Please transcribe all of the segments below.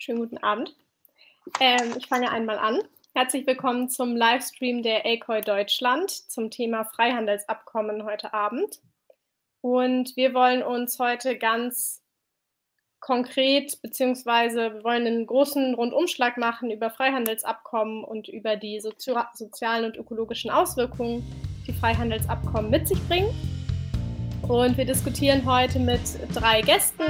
Schönen guten Abend. Ich fange einmal an. Herzlich willkommen zum Livestream der ACOI Deutschland zum Thema Freihandelsabkommen heute Abend. Und wir wollen uns heute ganz konkret, beziehungsweise wir wollen einen großen Rundumschlag machen über Freihandelsabkommen und über die sozialen und ökologischen Auswirkungen, die Freihandelsabkommen mit sich bringen. Und wir diskutieren heute mit 3 Gästen.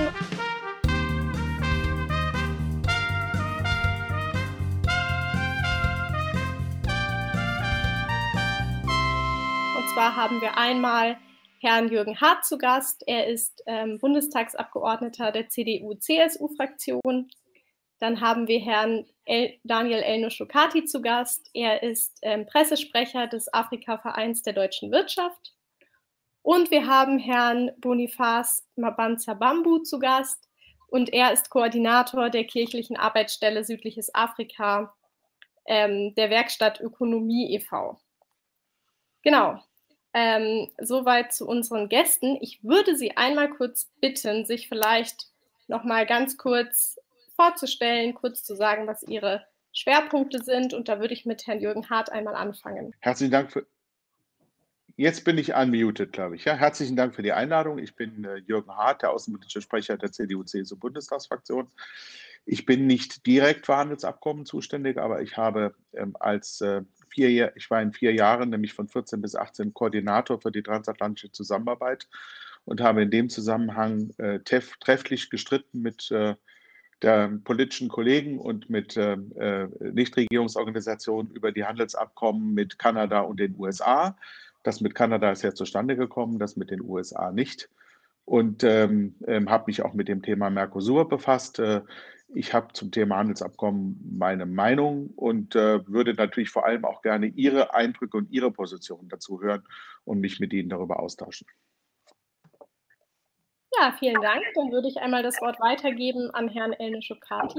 Und zwar haben wir einmal Herrn Jürgen Hart zu Gast. Er ist Bundestagsabgeordneter der CDU-CSU-Fraktion. Dann haben wir Herrn Daniel El-Noshokati zu Gast. Er ist Pressesprecher des Afrika-Vereins der deutschen Wirtschaft. Und wir haben Herrn Boniface Mabanza-Bambu zu Gast. Und er ist Koordinator der kirchlichen Arbeitsstelle Südliches Afrika der Werkstatt Ökonomie e.V. Genau. Soweit zu unseren Gästen. Ich würde Sie einmal kurz bitten, sich vielleicht noch mal ganz kurz vorzustellen, kurz zu sagen, was Ihre Schwerpunkte sind. Und da würde ich mit Herrn Jürgen Hart einmal anfangen. Herzlichen Dank. Jetzt bin ich unmuted, glaube ich. Ja, herzlichen Dank für die Einladung. Ich bin Jürgen Hart, der außenpolitische Sprecher der CDU-CSU-Bundestagsfraktion. Ich bin nicht direkt für Handelsabkommen zuständig, aber ich habe ich war in 4 Jahren, nämlich von 14 bis 18, Koordinator für die transatlantische Zusammenarbeit und habe in dem Zusammenhang trefflich gestritten mit der politischen Kollegen und mit Nichtregierungsorganisationen über die Handelsabkommen mit Kanada und den USA. Das mit Kanada ist ja zustande gekommen, das mit den USA nicht. Und habe mich auch mit dem Thema Mercosur befasst. Ich habe zum Thema Handelsabkommen meine Meinung und würde natürlich vor allem auch gerne Ihre Eindrücke und Ihre Positionen dazu hören und mich mit Ihnen darüber austauschen. Ja, vielen Dank. Dann würde ich einmal das Wort weitergeben an Herrn El-Noshokati.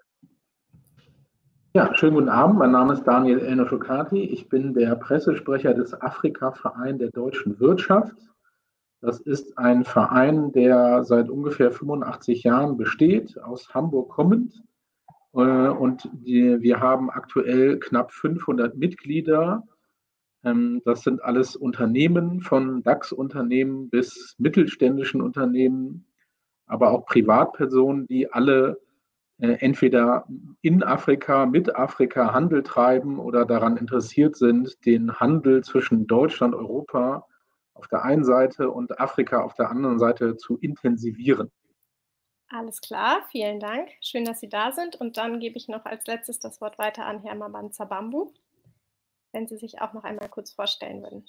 Ja, schönen guten Abend. Mein Name ist Daniel El-Noshokati. Ich bin der Pressesprecher des Afrika-Verein der deutschen Wirtschaft. Das ist ein Verein, der seit ungefähr 85 Jahren besteht, aus Hamburg kommend. Und wir haben aktuell knapp 500 Mitglieder. Das sind alles Unternehmen, von DAX-Unternehmen bis mittelständischen Unternehmen, aber auch Privatpersonen, die alle entweder in Afrika, mit Afrika Handel treiben oder daran interessiert sind, den Handel zwischen Deutschland, Europa auf der einen Seite und Afrika auf der anderen Seite zu intensivieren. Alles klar, vielen Dank. Schön, dass Sie da sind. Und dann gebe ich noch als letztes das Wort weiter an Herrn Mabanza-Bambu, wenn Sie sich auch noch einmal kurz vorstellen würden.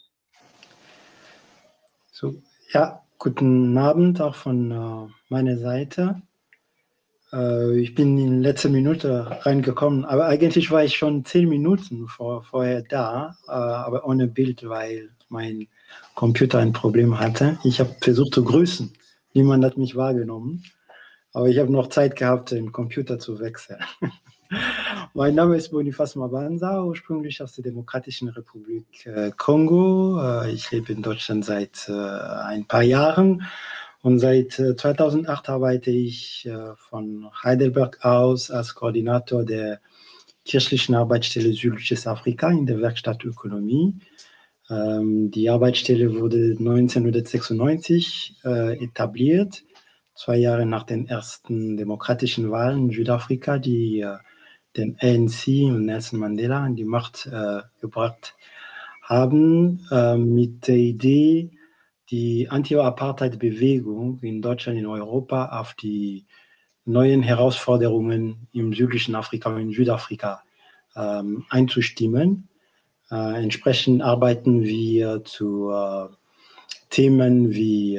So, ja, guten Abend auch von meiner Seite. Ich bin in letzter Minute reingekommen, aber eigentlich war ich schon 10 Minuten vorher da, aber ohne Bild, weil mein Computer ein Problem hatte. Ich habe versucht zu grüßen, niemand hat mich wahrgenommen, aber ich habe noch Zeit gehabt, den Computer zu wechseln. Mein Name ist Boniface Mabanza, ursprünglich aus der Demokratischen Republik Kongo. Ich lebe in Deutschland seit ein paar Jahren. Und seit 2008 arbeite ich von Heidelberg aus als Koordinator der kirchlichen Arbeitsstelle Südliches Afrika in der Werkstatt Ökonomie. Die Arbeitsstelle wurde 1996 etabliert, 2 Jahre nach den ersten demokratischen Wahlen in Südafrika, die den ANC und Nelson Mandela an die Macht gebracht haben, mit der Idee, die Anti-Apartheid-Bewegung in Deutschland, in Europa auf die neuen Herausforderungen im südlichen Afrika und in Südafrika einzustimmen. Entsprechend arbeiten wir zu Themen wie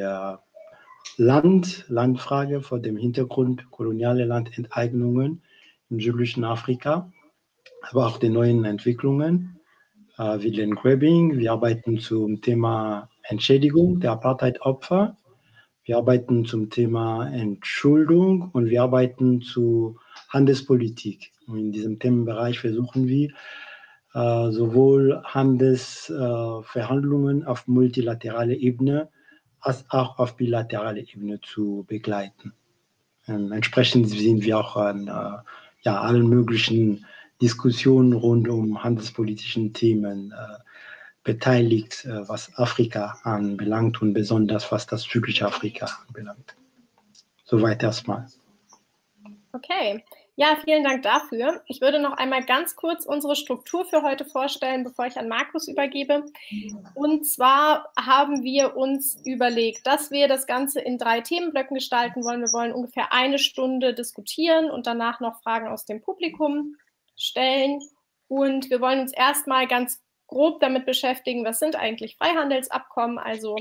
Landfrage vor dem Hintergrund koloniale Landenteignungen im südlichen Afrika, aber auch den neuen Entwicklungen wie Land Grabbing. Wir arbeiten zum Thema Entschädigung der Apartheid-Opfer. Wir arbeiten zum Thema Entschuldung und wir arbeiten zu Handelspolitik. Und in diesem Themenbereich versuchen wir, sowohl Handelsverhandlungen auf multilateraler Ebene als auch auf bilateraler Ebene zu begleiten. Entsprechend sind wir auch an allen möglichen Diskussionen rund um handelspolitischen Themen beteiligt, was Afrika anbelangt und besonders was das südliche Afrika anbelangt. Soweit erstmal. Okay, ja, vielen Dank dafür. Ich würde noch einmal ganz kurz unsere Struktur für heute vorstellen, bevor ich an Markus übergebe. Und zwar haben wir uns überlegt, dass wir das Ganze in 3 Themenblöcken gestalten wollen. Wir wollen ungefähr 1 Stunde diskutieren und danach noch Fragen aus dem Publikum stellen. Und wir wollen uns erstmal ganz grob damit beschäftigen, was sind eigentlich Freihandelsabkommen, also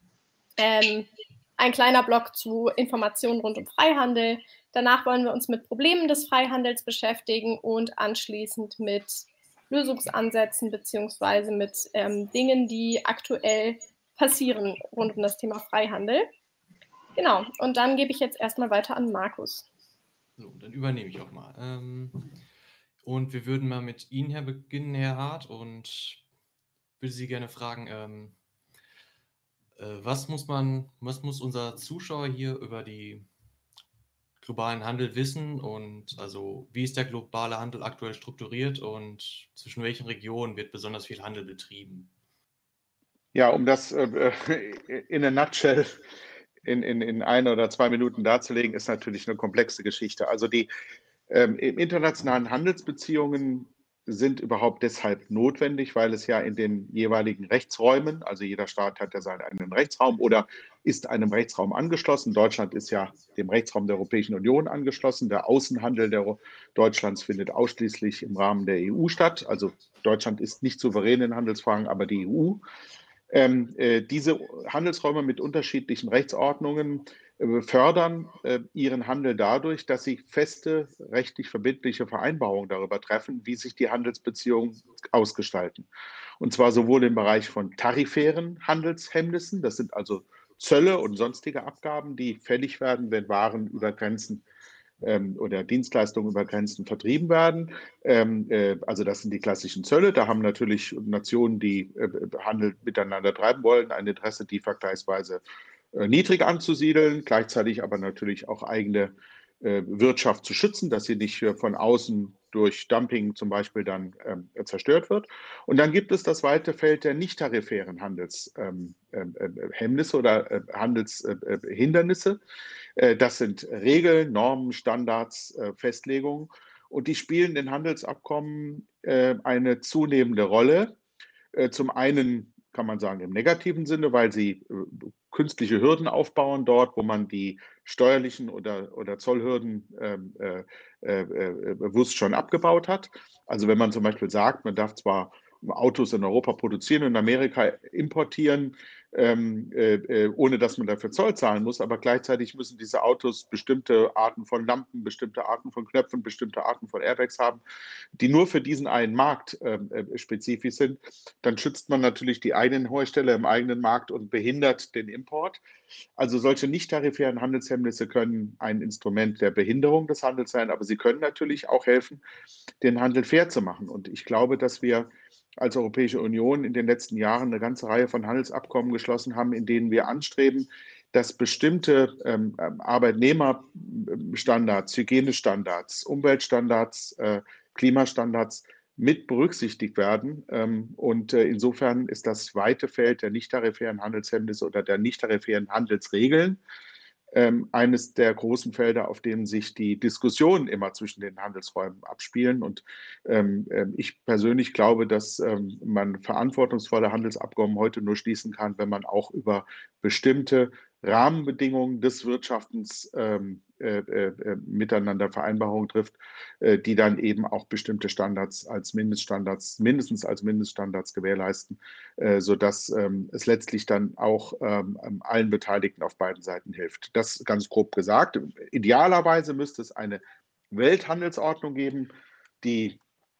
ein kleiner Block zu Informationen rund um Freihandel. Danach wollen wir uns mit Problemen des Freihandels beschäftigen und anschließend mit Lösungsansätzen beziehungsweise mit Dingen, die aktuell passieren rund um das Thema Freihandel. Genau, und dann gebe ich jetzt erstmal weiter an Markus. So, dann übernehme ich auch mal. Und wir würden mal mit Ihnen beginnen, Herr Hart, und würde Sie gerne fragen, was muss unser Zuschauer hier über die globalen Handel wissen und also wie ist der globale Handel aktuell strukturiert und zwischen welchen Regionen wird besonders viel Handel betrieben? Ja, um das in a nutshell in 1 oder 2 Minuten darzulegen, ist natürlich eine komplexe Geschichte. Also die internationalen Handelsbeziehungen sind überhaupt deshalb notwendig, weil es ja in den jeweiligen Rechtsräumen, also jeder Staat hat ja seinen eigenen Rechtsraum oder ist einem Rechtsraum angeschlossen. Deutschland ist ja dem Rechtsraum der Europäischen Union angeschlossen. Der Außenhandel Deutschlands findet ausschließlich im Rahmen der EU statt. Also Deutschland ist nicht souverän in Handelsfragen, aber die EU. Diese Handelsräume mit unterschiedlichen Rechtsordnungen fördern ihren Handel dadurch, dass sie feste, rechtlich verbindliche Vereinbarungen darüber treffen, wie sich die Handelsbeziehungen ausgestalten. Und zwar sowohl im Bereich von tarifären Handelshemmnissen, das sind also Zölle und sonstige Abgaben, die fällig werden, wenn Waren über Grenzen oder Dienstleistungen über Grenzen vertrieben werden. Also das sind die klassischen Zölle. Da haben natürlich Nationen, die Handel miteinander treiben wollen, ein Interesse, die vergleichsweise niedrig anzusiedeln, gleichzeitig aber natürlich auch eigene Wirtschaft zu schützen, dass sie nicht von außen durch Dumping zum Beispiel dann zerstört wird. Und dann gibt es das weite Feld der nicht-tarifären Handelshemmnisse oder Handelshindernisse. Das sind Regeln, Normen, Standards, Festlegungen. Und die spielen in Handelsabkommen eine zunehmende Rolle. Zum einen kann man sagen im negativen Sinne, weil sie künstliche Hürden aufbauen dort, wo man die steuerlichen oder Zollhürden bewusst schon abgebaut hat. Also wenn man zum Beispiel sagt, man darf zwar Autos in Europa produzieren und in Amerika importieren, ohne dass man dafür Zoll zahlen muss, aber gleichzeitig müssen diese Autos bestimmte Arten von Lampen, bestimmte Arten von Knöpfen, bestimmte Arten von Airbags haben, die nur für diesen einen Markt spezifisch sind. Dann schützt man natürlich die eigenen Hersteller im eigenen Markt und behindert den Import. Also solche nicht-tarifären Handelshemmnisse können ein Instrument der Behinderung des Handels sein, aber sie können natürlich auch helfen, den Handel fair zu machen. Und ich glaube, dass wir als Europäische Union in den letzten Jahren eine ganze Reihe von Handelsabkommen geschlossen haben, in denen wir anstreben, dass bestimmte Arbeitnehmerstandards, Hygienestandards, Umweltstandards, Klimastandards mit berücksichtigt werden. Und insofern ist das weite Feld der nicht-tarifären Handelshemmnisse oder der nicht-tarifären Handelsregeln eines der großen Felder, auf denen sich die Diskussionen immer zwischen den Handelsräumen abspielen. Und ich persönlich glaube, dass man verantwortungsvolle Handelsabkommen heute nur schließen kann, wenn man auch über bestimmte Rahmenbedingungen des Wirtschaftens miteinander Vereinbarungen trifft, die dann eben auch bestimmte Standards als Mindeststandards, mindestens als Mindeststandards gewährleisten, sodass es letztlich dann auch allen Beteiligten auf beiden Seiten hilft. Das ganz grob gesagt. Idealerweise müsste es eine Welthandelsordnung geben, die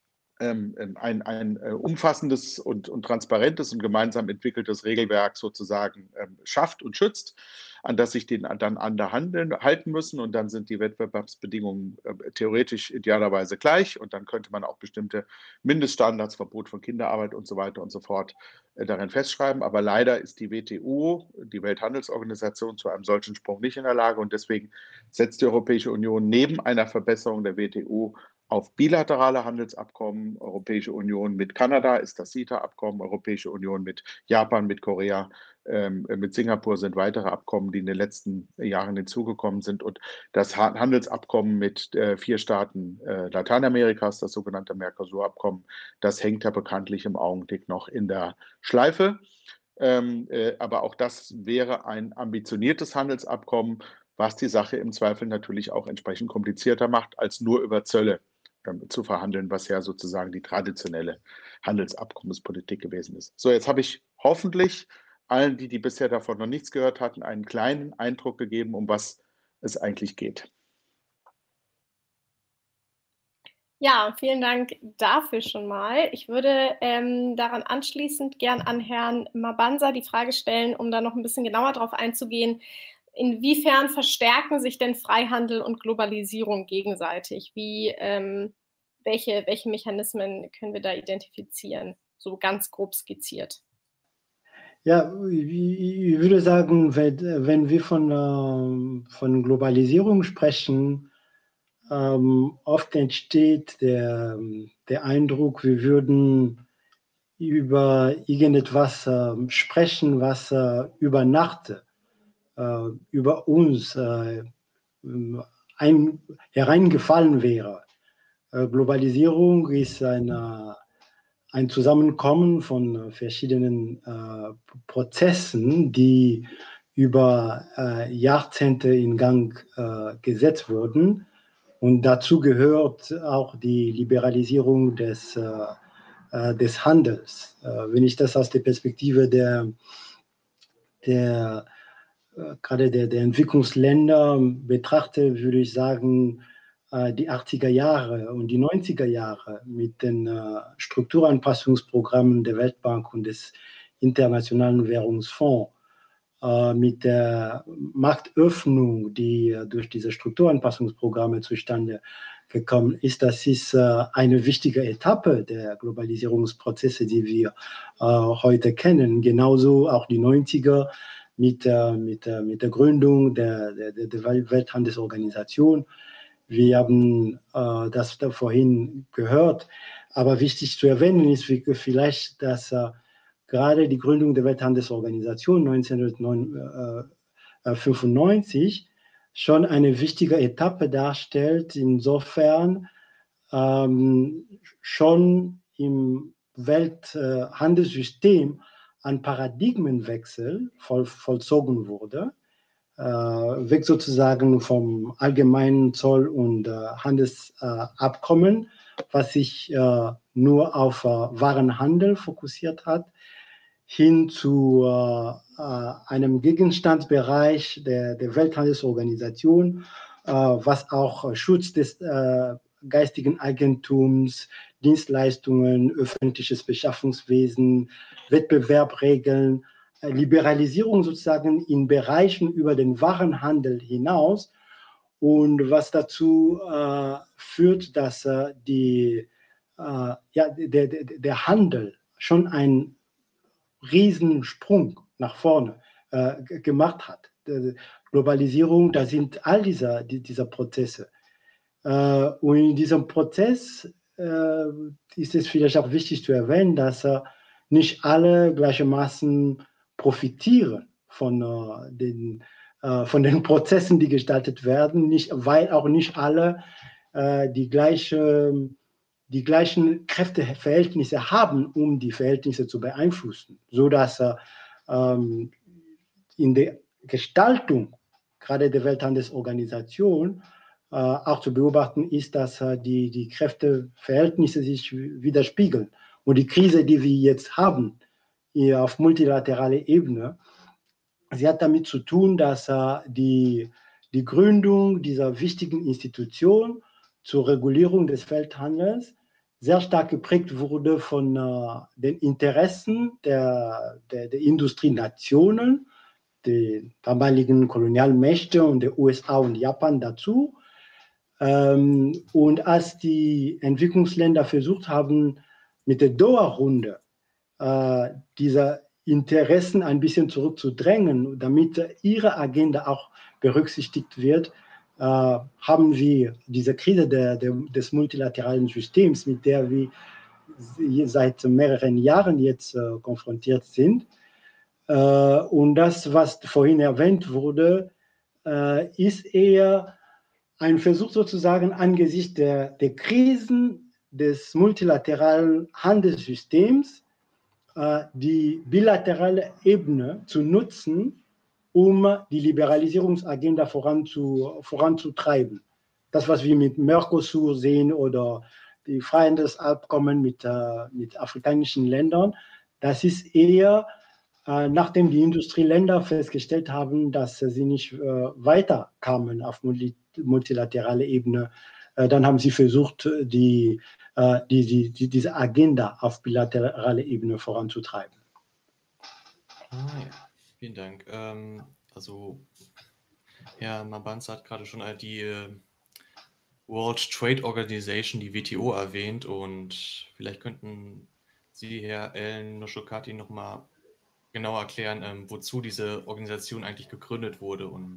ein umfassendes und transparentes und gemeinsam entwickeltes Regelwerk sozusagen schafft und schützt. an das sich dann andere halten müssen. Und dann sind die Wettbewerbsbedingungen theoretisch idealerweise gleich. Und dann könnte man auch bestimmte Mindeststandards, Verbot von Kinderarbeit und so weiter und so fort darin festschreiben. Aber leider ist die WTO, die Welthandelsorganisation, zu einem solchen Sprung nicht in der Lage. Und deswegen setzt die Europäische Union neben einer Verbesserung der WTO auf bilaterale Handelsabkommen. Europäische Union mit Kanada ist das CETA-Abkommen, Europäische Union mit Japan, mit Korea, mit Singapur sind weitere Abkommen, die in den letzten Jahren hinzugekommen sind. Und das Handelsabkommen mit 4 Staaten Lateinamerikas, das sogenannte Mercosur-Abkommen, das hängt ja bekanntlich im Augenblick noch in der Schleife. Aber auch das wäre ein ambitioniertes Handelsabkommen, was die Sache im Zweifel natürlich auch entsprechend komplizierter macht, als nur über Zölle zu verhandeln, was ja sozusagen die traditionelle Handelsabkommenspolitik gewesen ist. So, jetzt habe ich hoffentlich allen, die bisher davon noch nichts gehört hatten, einen kleinen Eindruck gegeben, um was es eigentlich geht. Ja, vielen Dank dafür schon mal. Ich würde daran anschließend gern an Herrn Mabanza die Frage stellen, um da noch ein bisschen genauer drauf einzugehen. Inwiefern verstärken sich denn Freihandel und Globalisierung gegenseitig? Welche Mechanismen können wir da identifizieren? So ganz grob skizziert. Ja, ich würde sagen, wenn wir von Globalisierung sprechen, oft entsteht der Eindruck, wir würden über irgendetwas sprechen, was über Nacht über uns hereingefallen wäre. Globalisierung ist ein Zusammenkommen von verschiedenen Prozessen, die über Jahrzehnte in Gang gesetzt wurden. Und dazu gehört auch die Liberalisierung des Handels. Wenn ich das aus der Perspektive gerade der Entwicklungsländer betrachte, würde ich sagen, die 80er Jahre und die 90er Jahre mit den Strukturanpassungsprogrammen der Weltbank und des Internationalen Währungsfonds, mit der Marktöffnung, die durch diese Strukturanpassungsprogramme zustande gekommen ist, das ist eine wichtige Etappe der Globalisierungsprozesse, die wir heute kennen. Genauso auch die 90er mit der Gründung der Welthandelsorganisation. Wir haben das da vorhin gehört, aber wichtig zu erwähnen ist vielleicht, dass gerade die Gründung der Welthandelsorganisation 1995 schon eine wichtige Etappe darstellt, insofern schon im Welthandelssystem ein Paradigmenwechsel vollzogen wurde, weg sozusagen vom allgemeinen Zoll- und Handelsabkommen, was sich nur auf Warenhandel fokussiert hat, hin zu einem Gegenstandsbereich der Welthandelsorganisation, was auch Schutz des geistigen Eigentums, Dienstleistungen, öffentliches Beschaffungswesen, Wettbewerbregeln, Liberalisierung sozusagen in Bereichen über den Warenhandel hinaus und was dazu führt, dass der Handel schon einen Riesensprung nach vorne gemacht hat. Globalisierung, da sind all dieser Prozesse. Und in diesem Prozess ist es vielleicht auch wichtig zu erwähnen, dass nicht alle gleichermaßen profitieren von den Prozessen, die gestaltet werden, weil auch nicht alle die gleichen Kräfteverhältnisse haben, um die Verhältnisse zu beeinflussen, sodass in der Gestaltung gerade der Welthandelsorganisation auch zu beobachten ist, dass die Kräfteverhältnisse sich widerspiegeln. Und die Krise, die wir jetzt haben, hier auf multilateraler Ebene, sie hat damit zu tun, dass die Gründung dieser wichtigen Institution zur Regulierung des Welthandels sehr stark geprägt wurde von den Interessen der Industrienationen, die damaligen Kolonialmächte und der USA und Japan dazu. Und als die Entwicklungsländer versucht haben, mit der Doha-Runde diese Interessen ein bisschen zurückzudrängen, damit ihre Agenda auch berücksichtigt wird, haben wir diese Krise des multilateralen Systems, mit der wir seit mehreren Jahren jetzt konfrontiert sind. Und das, was vorhin erwähnt wurde, ist eher ein Versuch sozusagen angesichts der Krisen des multilateralen Handelssystems die bilaterale Ebene zu nutzen, um die Liberalisierungsagenda voranzutreiben. Das, was wir mit Mercosur sehen oder die Freihandelsabkommen mit afrikanischen Ländern, das ist eher, nachdem die Industrieländer festgestellt haben, dass sie nicht weiterkamen auf multilateraler Ebene, dann haben sie versucht, diese Agenda auf bilateraler Ebene voranzutreiben. Ja. Vielen Dank. Also, Herr Mabanza hat gerade schon die World Trade Organization, die WTO, erwähnt, und vielleicht könnten Sie, Herr El-Noshokati, nochmal genau erklären, wozu diese Organisation eigentlich gegründet wurde und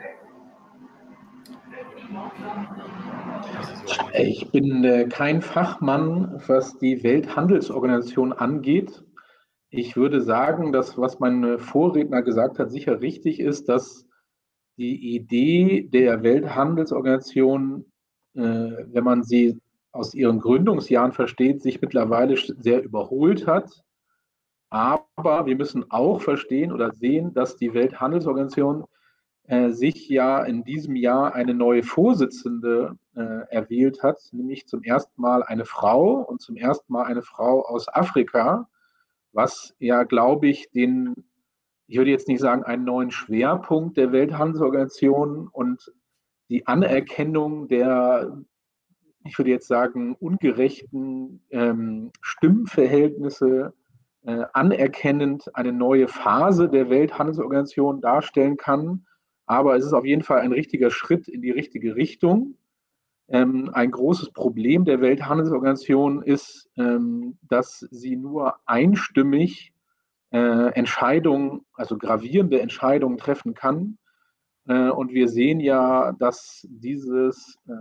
wie sie so organisiert. Ich bin kein Fachmann, was die Welthandelsorganisation angeht. Ich würde sagen, dass, was mein Vorredner gesagt hat, sicher richtig ist, dass die Idee der Welthandelsorganisation, wenn man sie aus ihren Gründungsjahren versteht, sich mittlerweile sehr überholt hat. Aber wir müssen auch verstehen oder sehen, dass die Welthandelsorganisation sich ja in diesem Jahr eine neue Vorsitzende erwählt hat, nämlich zum ersten Mal eine Frau und zum ersten Mal eine Frau aus Afrika, was ja, glaube ich, ich würde jetzt nicht sagen, einen neuen Schwerpunkt der Welthandelsorganisation und die Anerkennung der, ich würde jetzt sagen, ungerechten Stimmverhältnisse anerkennend eine neue Phase der Welthandelsorganisation darstellen kann. Aber es ist auf jeden Fall ein richtiger Schritt in die richtige Richtung. Ein großes Problem der Welthandelsorganisation ist, dass sie nur einstimmig Entscheidungen, also gravierende Entscheidungen treffen kann. Und wir sehen ja, dass diese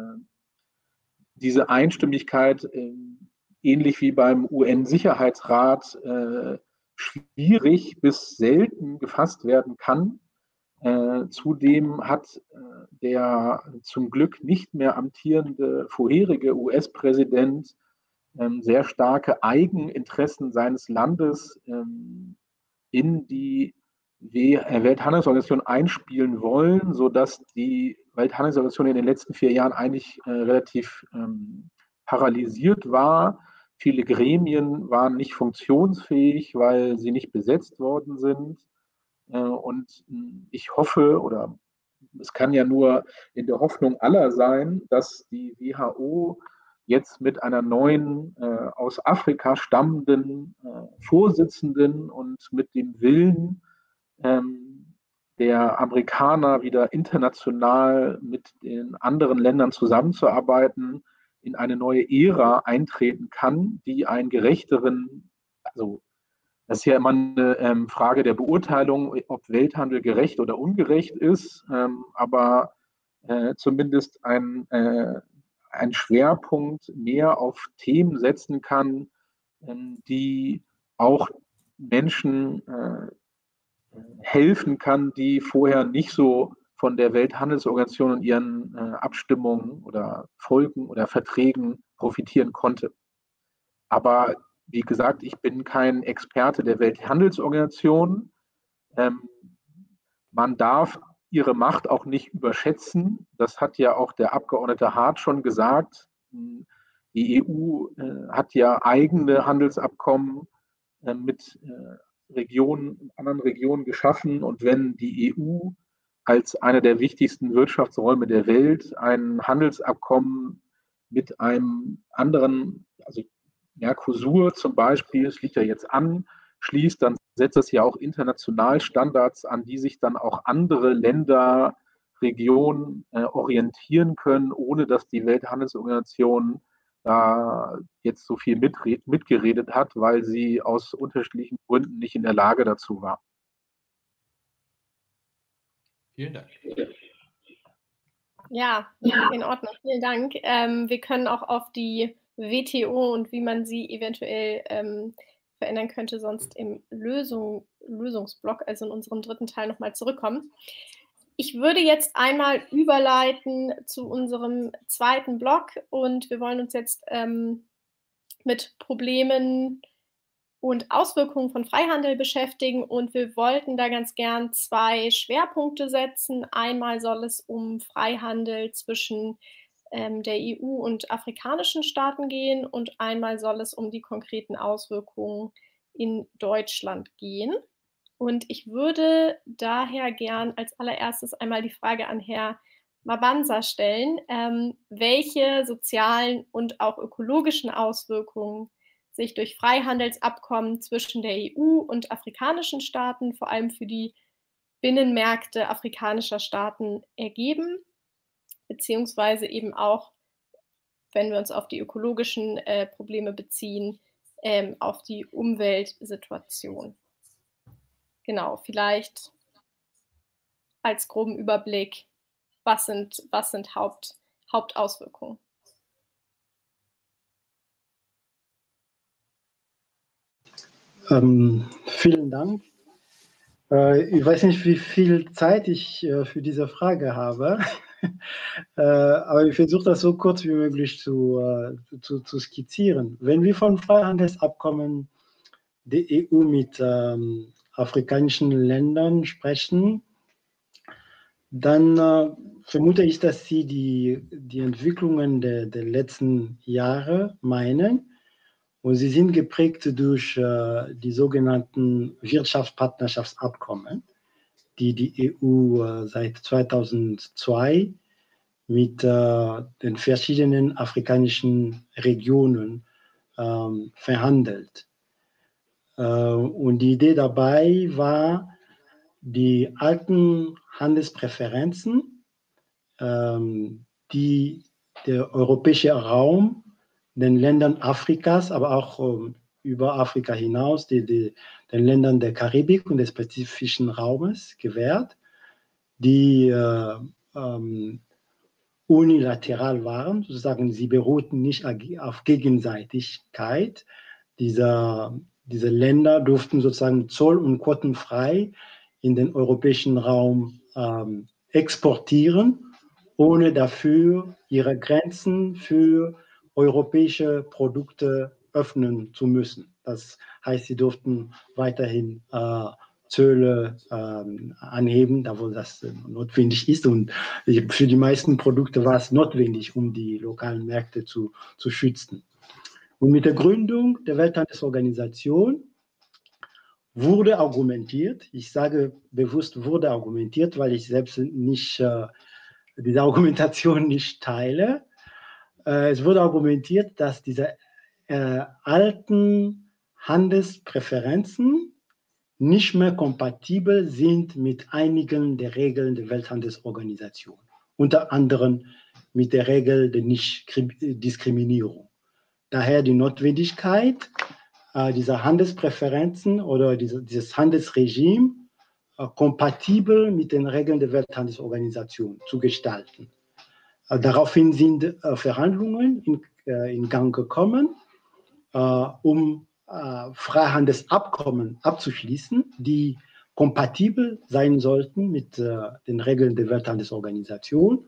Einstimmigkeit ähnlich wie beim UN-Sicherheitsrat schwierig bis selten gefasst werden kann. Zudem hat der zum Glück nicht mehr amtierende vorherige US-Präsident sehr starke Eigeninteressen seines Landes in die Welthandelsorganisation einspielen wollen, sodass die Welthandelsorganisation in den letzten 4 Jahren eigentlich relativ paralysiert war. Viele Gremien waren nicht funktionsfähig, weil sie nicht besetzt worden sind. Und ich hoffe, oder es kann ja nur in der Hoffnung aller sein, dass die WHO jetzt mit einer neuen aus Afrika stammenden Vorsitzenden und mit dem Willen der Amerikaner wieder international mit den anderen Ländern zusammenzuarbeiten, in eine neue Ära eintreten kann, die einen gerechteren, also das ist ja immer eine Frage der Beurteilung, ob Welthandel gerecht oder ungerecht ist, aber zumindest ein Schwerpunkt mehr auf Themen setzen kann, die auch Menschen helfen kann, die vorher nicht so von der Welthandelsorganisation und ihren Abstimmungen oder Folgen oder Verträgen profitieren konnte. Aber wie gesagt, ich bin kein Experte der Welthandelsorganisation. Man darf ihre Macht auch nicht überschätzen. Das hat ja auch der Abgeordnete Hart schon gesagt. Die EU hat ja eigene Handelsabkommen mit anderen Regionen geschaffen. Und wenn die EU als eine der wichtigsten Wirtschaftsräume der Welt ein Handelsabkommen mit einem anderen, also Mercosur zum Beispiel, es liegt ja jetzt an, schließt, dann setzt es ja auch international Standards, an die sich dann auch andere Länder, Regionen orientieren können, ohne dass die Welthandelsorganisation da jetzt so viel mitgeredet hat, weil sie aus unterschiedlichen Gründen nicht in der Lage dazu war. Vielen Dank. Ja, in Ordnung. Vielen Dank. Wir können auch auf die WTO und wie man sie eventuell verändern könnte, sonst im Lösungsblock, also in unserem dritten Teil, nochmal zurückkommen. Ich würde jetzt einmal überleiten zu unserem zweiten Block und wir wollen uns jetzt mit Problemen und Auswirkungen von Freihandel beschäftigen und wir wollten da ganz gern 2 Schwerpunkte setzen. Einmal soll es um Freihandel zwischen der EU und afrikanischen Staaten gehen und einmal soll es um die konkreten Auswirkungen in Deutschland gehen. Und ich würde daher gern als allererstes einmal die Frage an Herrn Mabanza stellen, welche sozialen und auch ökologischen Auswirkungen sich durch Freihandelsabkommen zwischen der EU und afrikanischen Staaten, vor allem für die Binnenmärkte afrikanischer Staaten, ergeben, beziehungsweise eben auch, wenn wir uns auf die ökologischen Probleme beziehen, auf die Umweltsituation. Genau, vielleicht als groben Überblick, was sind Hauptauswirkungen? Vielen Dank. Ich weiß nicht, wie viel Zeit ich für diese Frage habe, aber ich versuche das so kurz wie möglich zu skizzieren. Wenn wir von Freihandelsabkommen der EU mit afrikanischen Ländern sprechen, dann vermute ich, dass Sie die Entwicklungen der letzten Jahre meinen. Und sie sind geprägt durch die sogenannten Wirtschaftspartnerschaftsabkommen, die die EU seit 2002 mit den verschiedenen afrikanischen Regionen verhandelt. Und die Idee dabei war, die alten Handelspräferenzen, die der europäische Raum den Ländern Afrikas, aber auch über Afrika hinaus, den Ländern der Karibik und des pazifischen Raumes gewährt, die unilateral waren, sozusagen sie beruhten nicht auf Gegenseitigkeit. Diese Länder durften sozusagen zoll- und quotenfrei in den europäischen Raum exportieren, ohne dafür ihre Grenzen für europäische Produkte öffnen zu müssen. Das heißt, sie durften weiterhin Zölle anheben, da wo das notwendig ist. Und für die meisten Produkte war es notwendig, um die lokalen Märkte zu schützen. Und mit der Gründung der Welthandelsorganisation wurde argumentiert, ich sage bewusst wurde argumentiert, weil ich selbst nicht diese Argumentation nicht teile. Es wurde argumentiert, dass diese alten Handelspräferenzen nicht mehr kompatibel sind mit einigen der Regeln der Welthandelsorganisation, unter anderem mit der Regel der Nichtdiskriminierung. Daher die Notwendigkeit, dieser Handelspräferenzen oder dieses Handelsregime kompatibel mit den Regeln der Welthandelsorganisation zu gestalten. Daraufhin sind Verhandlungen in Gang gekommen, um Freihandelsabkommen abzuschließen, die kompatibel sein sollten mit den Regeln der Welthandelsorganisation.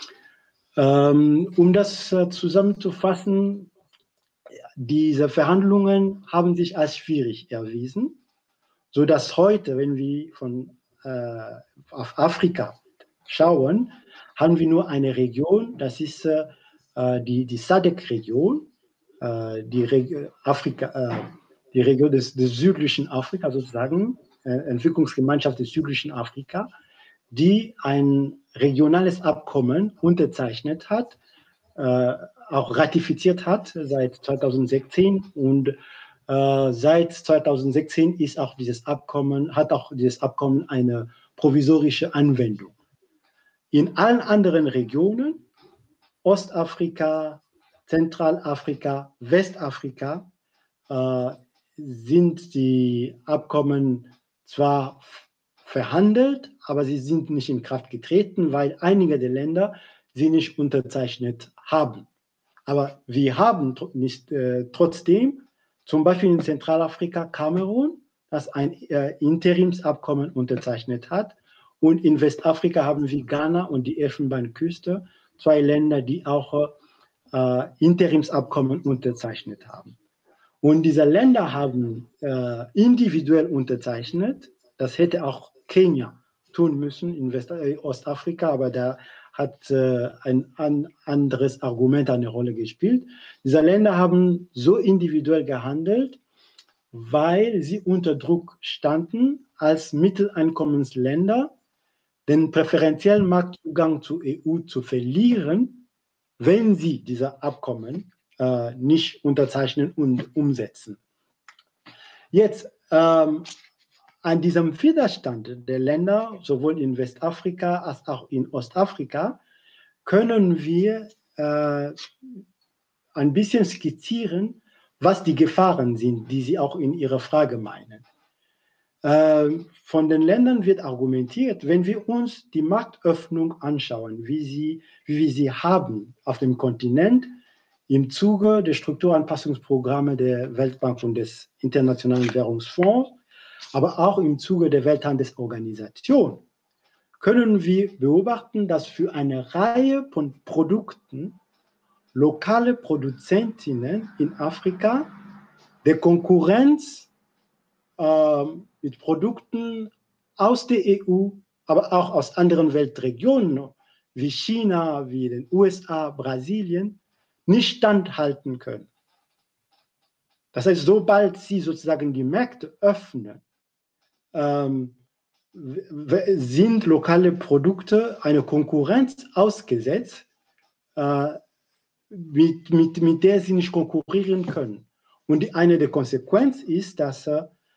Um das zusammenzufassen, diese Verhandlungen haben sich als schwierig erwiesen, sodass heute, wenn wir auf Afrika schauen, haben wir nur eine Region, das ist die SADC-Region, die Region des südlichen Afrika, sozusagen, Entwicklungsgemeinschaft des südlichen Afrika, die ein regionales Abkommen unterzeichnet hat, auch ratifiziert hat seit 2016 und Seit 2016 hat auch dieses Abkommen eine provisorische Anwendung. In allen anderen Regionen, Ostafrika, Zentralafrika, Westafrika, sind die Abkommen zwar verhandelt, aber sie sind nicht in Kraft getreten, weil einige der Länder sie nicht unterzeichnet haben. Aber wir haben trotzdem, zum Beispiel in Zentralafrika, Kamerun, das ein Interimsabkommen unterzeichnet hat. Und in Westafrika haben wir Ghana und die Elfenbeinküste, zwei Länder, die auch Interimsabkommen unterzeichnet haben. Und diese Länder haben individuell unterzeichnet. Das hätte auch Kenia tun müssen in Ostafrika, aber da hat ein anderes Argument eine Rolle gespielt. Diese Länder haben so individuell gehandelt, weil sie unter Druck standen, als Mitteleinkommensländer den präferentiellen Marktzugang zur EU zu verlieren, wenn sie diese Abkommen nicht unterzeichnen und umsetzen. Jetzt an diesem Widerstand der Länder, sowohl in Westafrika als auch in Ostafrika, können wir ein bisschen skizzieren, was die Gefahren sind, die Sie auch in Ihrer Frage meinen. Von den Ländern wird argumentiert, wenn wir uns die Marktöffnung anschauen, wie wir sie haben auf dem Kontinent, im Zuge der Strukturanpassungsprogramme der Weltbank und des Internationalen Währungsfonds, aber auch im Zuge der Welthandelsorganisation, können wir beobachten, dass für eine Reihe von Produkten lokale Produzentinnen in Afrika der Konkurrenz mit Produkten aus der EU, aber auch aus anderen Weltregionen wie China, wie den USA, Brasilien, nicht standhalten können. Das heißt, sobald sie sozusagen die Märkte öffnen, sind lokale Produkte einer Konkurrenz ausgesetzt, mit der sie nicht konkurrieren können. Und eine der Konsequenzen ist, dass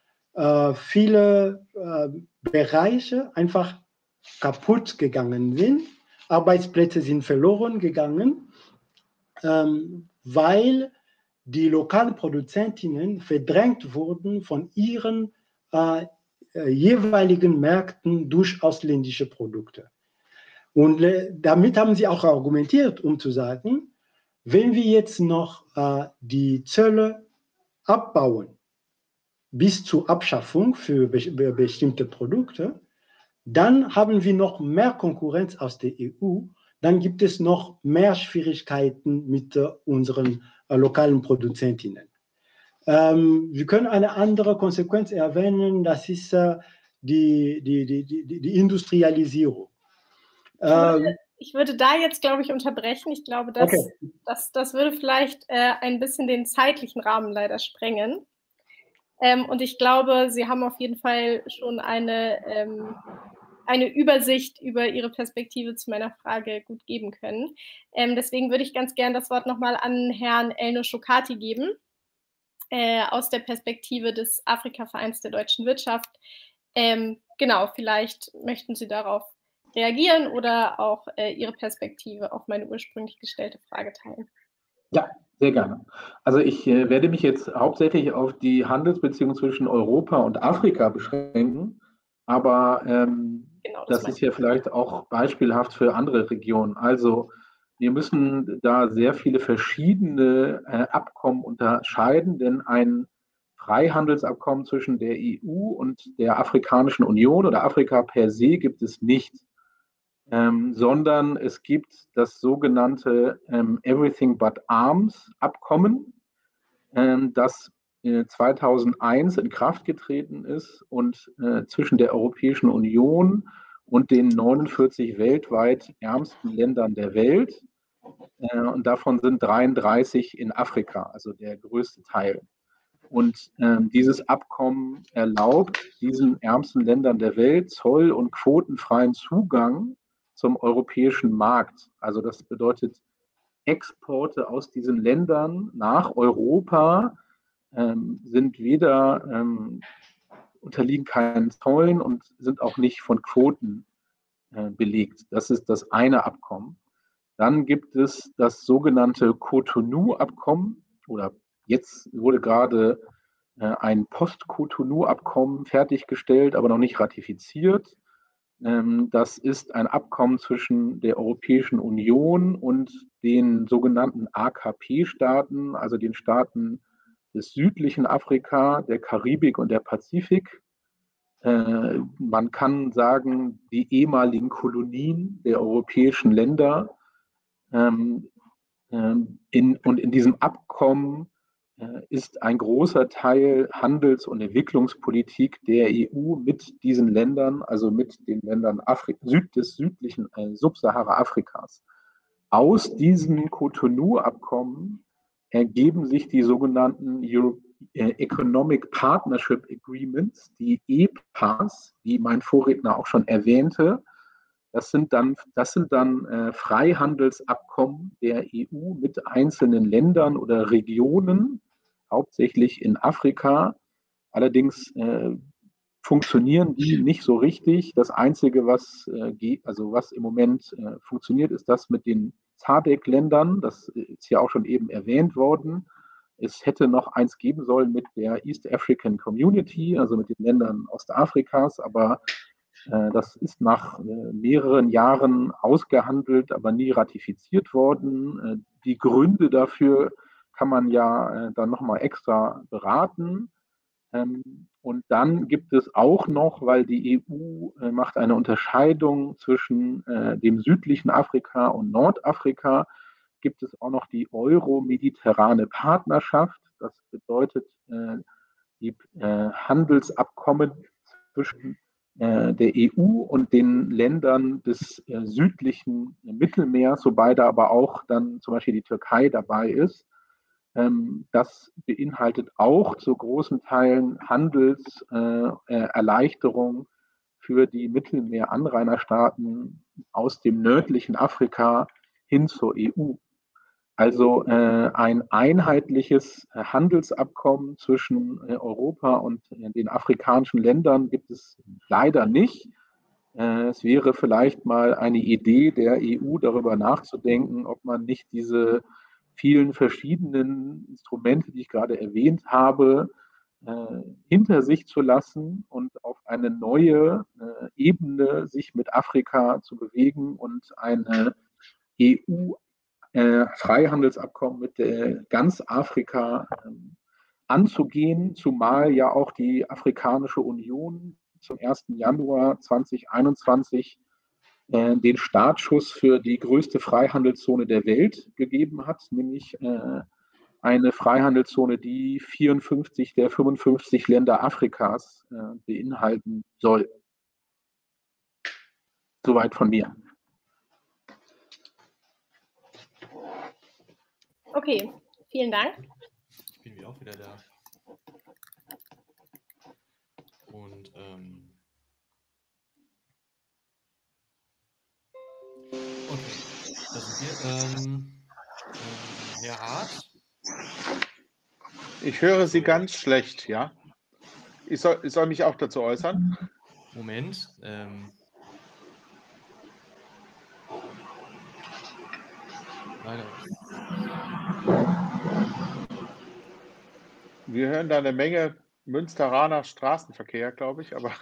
viele Bereiche einfach kaputt gegangen sind, Arbeitsplätze sind verloren gegangen, weil die lokalen Produzentinnen verdrängt wurden von ihren jeweiligen Märkten durch ausländische Produkte. Und damit haben sie auch argumentiert, um zu sagen, wenn wir jetzt noch die Zölle abbauen bis zur Abschaffung für bestimmte Produkte, dann haben wir noch mehr Konkurrenz aus der EU, dann gibt es noch mehr Schwierigkeiten mit unseren lokalen Produzentinnen. Wir können eine andere Konsequenz erwähnen, das ist die Industrialisierung. Ich würde da jetzt, glaube ich, unterbrechen. Ich glaube, das würde vielleicht ein bisschen den zeitlichen Rahmen leider sprengen. Und ich glaube, Sie haben auf jeden Fall schon eine Übersicht über Ihre Perspektive zu meiner Frage gut geben können. Deswegen würde ich ganz gern das Wort nochmal an Herrn Elnur Shokati geben, aus der Perspektive des Afrika-Vereins der deutschen Wirtschaft. Genau, vielleicht möchten Sie darauf reagieren oder auch Ihre Perspektive auf meine ursprünglich gestellte Frage teilen. Ja, sehr gerne. Also ich werde mich jetzt hauptsächlich auf die Handelsbeziehungen zwischen Europa und Afrika beschränken, aber genau, das ist ja vielleicht auch beispielhaft für andere Regionen. Also wir müssen da sehr viele verschiedene Abkommen unterscheiden, denn ein Freihandelsabkommen zwischen der EU und der Afrikanischen Union oder Afrika per se gibt es nicht. Sondern es gibt das sogenannte Everything but Arms Abkommen, das 2001 in Kraft getreten ist und zwischen der Europäischen Union und den 49 weltweit ärmsten Ländern der Welt. Und davon sind 33 in Afrika, also der größte Teil. Und dieses Abkommen erlaubt diesen ärmsten Ländern der Welt zoll- und quotenfreien Zugang zum europäischen Markt. Also das bedeutet Exporte aus diesen Ländern nach Europa sind weder unterliegen keinen Zöllen und sind auch nicht von Quoten belegt. Das ist das eine Abkommen. Dann gibt es das sogenannte Cotonou-Abkommen, oder jetzt wurde gerade ein Post-Cotonou-Abkommen fertiggestellt, aber noch nicht ratifiziert. Das ist ein Abkommen zwischen der Europäischen Union und den sogenannten AKP-Staaten, also den Staaten des südlichen Afrika, der Karibik und der Pazifik. Man kann sagen, die ehemaligen Kolonien der europäischen Länder. In diesem Abkommen ist ein großer Teil Handels- und Entwicklungspolitik der EU mit diesen Ländern, also mit den Ländern des südlichen Subsahara-Afrikas. Aus diesem Cotonou-Abkommen ergeben sich die sogenannten Economic Partnership Agreements, die EPAs, die mein Vorredner auch schon erwähnte. Das sind dann Freihandelsabkommen der EU mit einzelnen Ländern oder Regionen, hauptsächlich in Afrika. Allerdings funktionieren die nicht so richtig. Das Einzige, was im Moment funktioniert, ist das mit den SADC-Ländern. Das ist ja auch schon eben erwähnt worden. Es hätte noch eins geben sollen mit der East African Community, also mit den Ländern Ostafrikas, aber das ist nach mehreren Jahren ausgehandelt, aber nie ratifiziert worden. Die Gründe dafür kann man ja dann nochmal extra beraten. Und dann gibt es auch noch, weil die EU macht eine Unterscheidung zwischen dem südlichen Afrika und Nordafrika, gibt es auch noch die Euro-Mediterrane Partnerschaft. Das bedeutet die Handelsabkommen zwischen der EU und den Ländern des südlichen Mittelmeers, wobei da aber auch dann zum Beispiel die Türkei dabei ist. Das beinhaltet auch zu großen Teilen Handelserleichterungen für die Mittelmeeranrainerstaaten aus dem nördlichen Afrika hin zur EU. Also ein einheitliches Handelsabkommen zwischen Europa und den afrikanischen Ländern gibt es leider nicht. Es wäre vielleicht mal eine Idee der EU, darüber nachzudenken, ob man nicht diese vielen verschiedenen Instrumente, die ich gerade erwähnt habe, hinter sich zu lassen und auf eine neue Ebene sich mit Afrika zu bewegen und eine EU-Freihandelsabkommen mit ganz Afrika anzugehen, zumal ja auch die Afrikanische Union zum 1. Januar 2021 den Startschuss für die größte Freihandelszone der Welt gegeben hat, nämlich eine Freihandelszone, die 54 der 55 Länder Afrikas beinhalten soll. Soweit von mir. Okay, vielen Dank. Ich bin auch wieder da. Und okay, da sind wir. Herr Hart? Ich höre Sie ganz schlecht, ja? Ich soll mich auch dazu äußern? Moment. Leider. Wir hören da eine Menge Münsteraner Straßenverkehr, glaube ich, aber.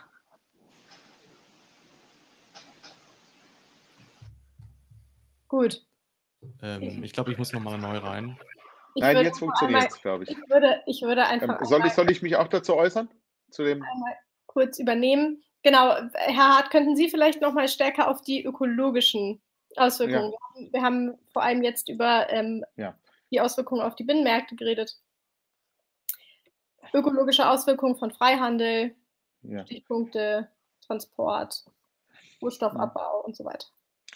Gut. Ich glaube, ich muss nochmal neu rein. Nein, jetzt funktioniert es, glaube ich. Ich würde einfach. Soll ich mich auch dazu äußern? Einmal kurz übernehmen. Genau, Herr Hart, könnten Sie vielleicht noch mal stärker auf die ökologischen Auswirkungen? Ja. Wir haben vor allem jetzt über die Auswirkungen auf die Binnenmärkte geredet. Ökologische Auswirkungen von Freihandel, Stichpunkte, Transport, Rohstoffabbau und so weiter.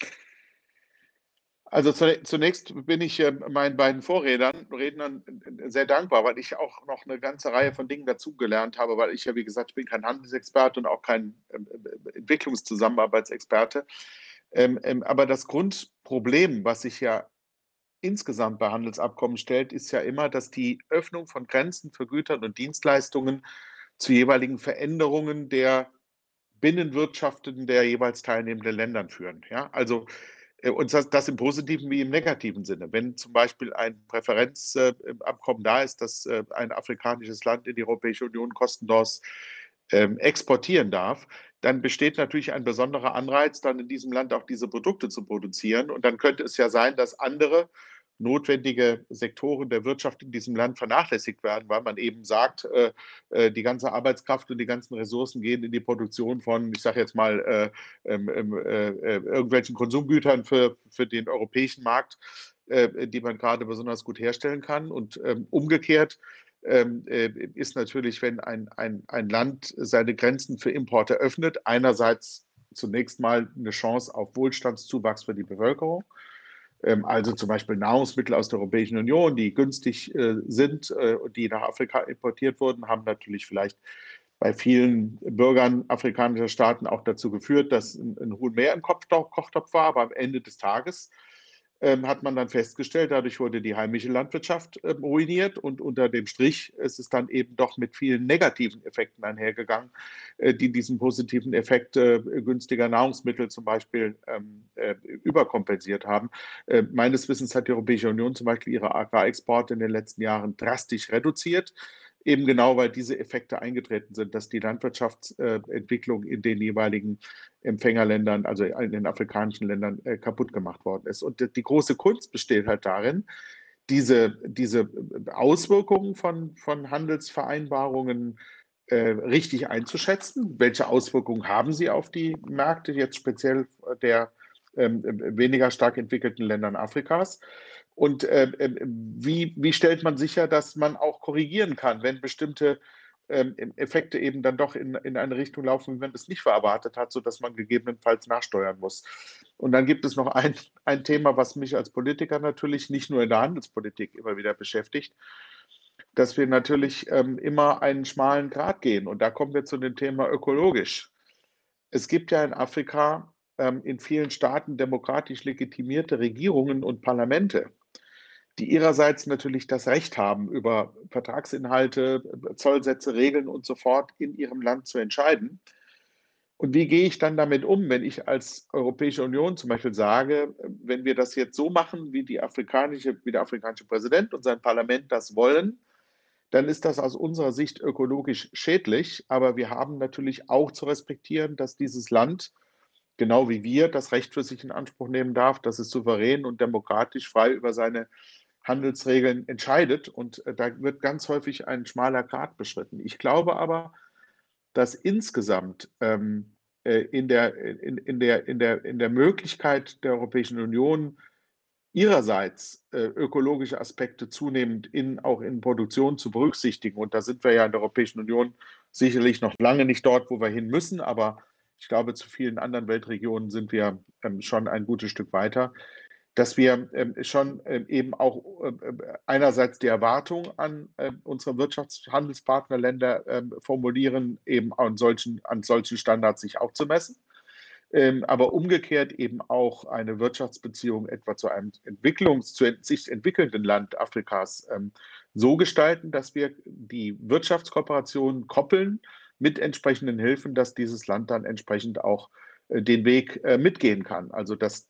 Also zunächst bin ich meinen beiden Vorrednern sehr dankbar, weil ich auch noch eine ganze Reihe von Dingen dazugelernt habe, weil ich ja, wie gesagt, ich bin kein Handelsexperte und auch kein Entwicklungszusammenarbeitsexperte. Aber das Grundproblem, was ich ja insgesamt bei Handelsabkommen stellt, ist ja immer, dass die Öffnung von Grenzen für Güter und Dienstleistungen zu jeweiligen Veränderungen der Binnenwirtschaften der jeweils teilnehmenden Ländern führen. Ja? Also, und das im positiven wie im negativen Sinne. Wenn zum Beispiel ein Präferenzabkommen da ist, dass ein afrikanisches Land in die Europäische Union kostenlos exportieren darf, dann besteht natürlich ein besonderer Anreiz, dann in diesem Land auch diese Produkte zu produzieren. Und dann könnte es ja sein, dass andere notwendige Sektoren der Wirtschaft in diesem Land vernachlässigt werden, weil man eben sagt, die ganze Arbeitskraft und die ganzen Ressourcen gehen in die Produktion von, ich sage jetzt mal, irgendwelchen Konsumgütern für den europäischen Markt, die man gerade besonders gut herstellen kann. Und umgekehrt ist natürlich, wenn ein Land seine Grenzen für Importe öffnet, einerseits zunächst mal eine Chance auf Wohlstandszuwachs für die Bevölkerung. Also zum Beispiel Nahrungsmittel aus der Europäischen Union, die günstig sind und die nach Afrika importiert wurden, haben natürlich vielleicht bei vielen Bürgern afrikanischer Staaten auch dazu geführt, dass ein Huhn mehr im Kochtopf war. Aber am Ende des Tages hat man dann festgestellt, dadurch wurde die heimische Landwirtschaft ruiniert und unter dem Strich ist es dann eben doch mit vielen negativen Effekten einhergegangen, die diesen positiven Effekt günstiger Nahrungsmittel zum Beispiel überkompensiert haben. Meines Wissens hat die Europäische Union zum Beispiel ihre Agrarexporte in den letzten Jahren drastisch reduziert. Eben genau, weil diese Effekte eingetreten sind, dass die Landwirtschaftsentwicklung in den jeweiligen Empfängerländern, also in den afrikanischen Ländern, kaputt gemacht worden ist. Und die große Kunst besteht halt darin, diese Auswirkungen von Handelsvereinbarungen richtig einzuschätzen. Welche Auswirkungen haben sie auf die Märkte, jetzt speziell der weniger stark entwickelten Ländern Afrikas? Und wie stellt man sicher, dass man auch korrigieren kann, wenn bestimmte Effekte eben dann doch in eine Richtung laufen, wie man es nicht verarbeitet hat, sodass man gegebenenfalls nachsteuern muss. Und dann gibt es noch ein Thema, was mich als Politiker natürlich nicht nur in der Handelspolitik immer wieder beschäftigt, dass wir natürlich immer einen schmalen Grat gehen. Und da kommen wir zu dem Thema ökologisch. Es gibt ja in Afrika in vielen Staaten demokratisch legitimierte Regierungen und Parlamente, die ihrerseits natürlich das Recht haben, über Vertragsinhalte, Zollsätze, Regeln und so fort in ihrem Land zu entscheiden. Und wie gehe ich dann damit um, wenn ich als Europäische Union zum Beispiel sage, wenn wir das jetzt so machen, wie der afrikanische Präsident und sein Parlament das wollen, dann ist das aus unserer Sicht ökologisch schädlich. Aber wir haben natürlich auch zu respektieren, dass dieses Land, genau wie wir, das Recht für sich in Anspruch nehmen darf, dass es souverän und demokratisch frei über seine Handelsregeln entscheidet. Und da wird ganz häufig ein schmaler Grat beschritten. Ich glaube aber, dass insgesamt in der Möglichkeit der Europäischen Union ihrerseits ökologische Aspekte zunehmend auch in Produktion zu berücksichtigen. Und da sind wir ja in der Europäischen Union sicherlich noch lange nicht dort, wo wir hin müssen, aber ich glaube, zu vielen anderen Weltregionen sind wir schon ein gutes Stück weiter, dass wir schon eben auch einerseits die Erwartung an unsere Wirtschaftshandelspartnerländer formulieren, eben an solchen Standards sich auch zu messen. Aber umgekehrt eben auch eine Wirtschaftsbeziehung etwa zu einem sich entwickelnden Land Afrikas so gestalten, dass wir die Wirtschaftskooperation koppeln mit entsprechenden Hilfen, dass dieses Land dann entsprechend auch den Weg mitgehen kann. Also dass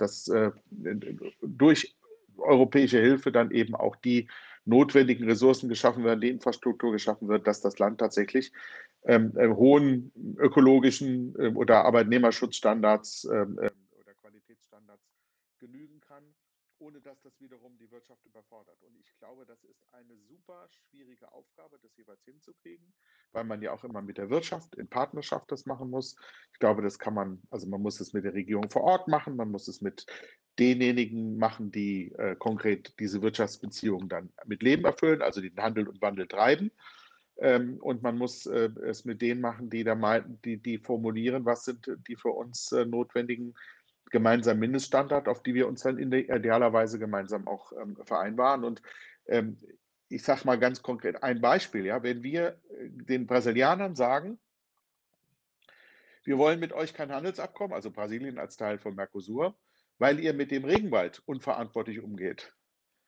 durch europäische Hilfe dann eben auch die notwendigen Ressourcen geschaffen werden, die Infrastruktur geschaffen wird, dass das Land tatsächlich hohen ökologischen oder Arbeitnehmerschutzstandards oder Qualitätsstandards genügen kann, ohne dass das wiederum die Wirtschaft überfordert. Und ich glaube, das ist eine super schwierige Aufgabe, das jeweils hinzukriegen, weil man ja auch immer mit der Wirtschaft in Partnerschaft das machen muss. Ich glaube, das kann man, also man muss es mit der Regierung vor Ort machen, man muss es mit denjenigen machen, die konkret diese Wirtschaftsbeziehungen dann mit Leben erfüllen, also den Handel und Wandel treiben. Und man muss es mit denen machen, die formulieren, was sind die für uns notwendigen gemeinsamen Mindeststandard, auf die wir uns dann idealerweise gemeinsam auch vereinbaren. Und ich sage mal ganz konkret ein Beispiel, ja, wenn wir den Brasilianern sagen, wir wollen mit euch kein Handelsabkommen, also Brasilien als Teil von Mercosur, weil ihr mit dem Regenwald unverantwortlich umgeht,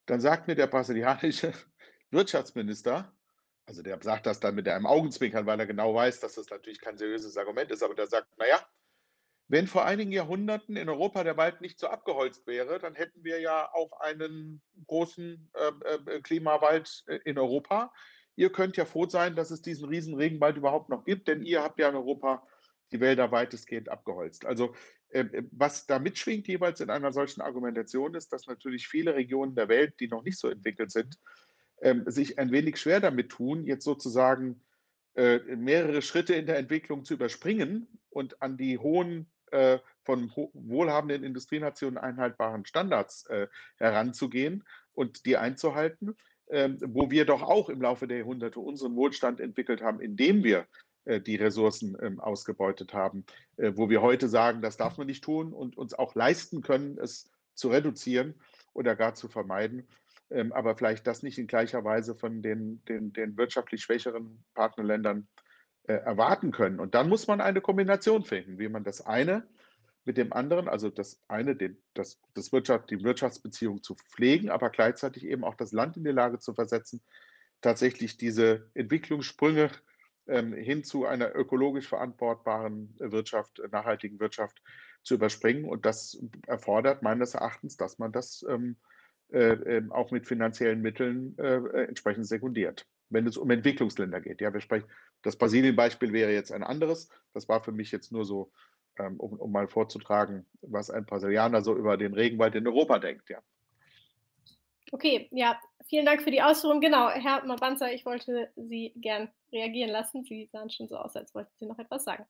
dann sagt mir der brasilianische Wirtschaftsminister, also der sagt das dann mit einem Augenzwinkern, weil er genau weiß, dass das natürlich kein seriöses Argument ist, aber der sagt, naja, wenn vor einigen Jahrhunderten in Europa der Wald nicht so abgeholzt wäre, dann hätten wir ja auch einen großen Klimawald in Europa. Ihr könnt ja froh sein, dass es diesen riesen Regenwald überhaupt noch gibt, denn ihr habt ja in Europa die Wälder weitestgehend abgeholzt. Also was da mitschwingt jeweils in einer solchen Argumentation ist, dass natürlich viele Regionen der Welt, die noch nicht so entwickelt sind, sich ein wenig schwer damit tun, jetzt sozusagen mehrere Schritte in der Entwicklung zu überspringen und an die hohen, von wohlhabenden Industrienationen einhaltbaren Standards heranzugehen und die einzuhalten, wo wir doch auch im Laufe der Jahrhunderte unseren Wohlstand entwickelt haben, indem wir die Ressourcen ausgebeutet haben, wo wir heute sagen, das darf man nicht tun und uns auch leisten können, es zu reduzieren oder gar zu vermeiden. Aber vielleicht das nicht in gleicher Weise von den wirtschaftlich schwächeren Partnerländern erwarten können. Und dann muss man eine Kombination finden, wie man das eine mit dem anderen, also das eine, die Wirtschaftsbeziehung zu pflegen, aber gleichzeitig eben auch das Land in die Lage zu versetzen, tatsächlich diese Entwicklungssprünge hin zu einer ökologisch verantwortbaren Wirtschaft, nachhaltigen Wirtschaft zu überspringen. Und das erfordert meines Erachtens, dass man das auch mit finanziellen Mitteln entsprechend sekundiert, wenn es um Entwicklungsländer geht. Ja, das Brasilien-Beispiel wäre jetzt ein anderes. Das war für mich jetzt nur so, um mal vorzutragen, was ein Brasilianer so über den Regenwald in Europa denkt. Ja. Okay, ja, vielen Dank für die Ausführung. Genau, Herr Mabanza, ich wollte Sie gern reagieren lassen. Sie sahen schon so aus, als wollten Sie noch etwas sagen.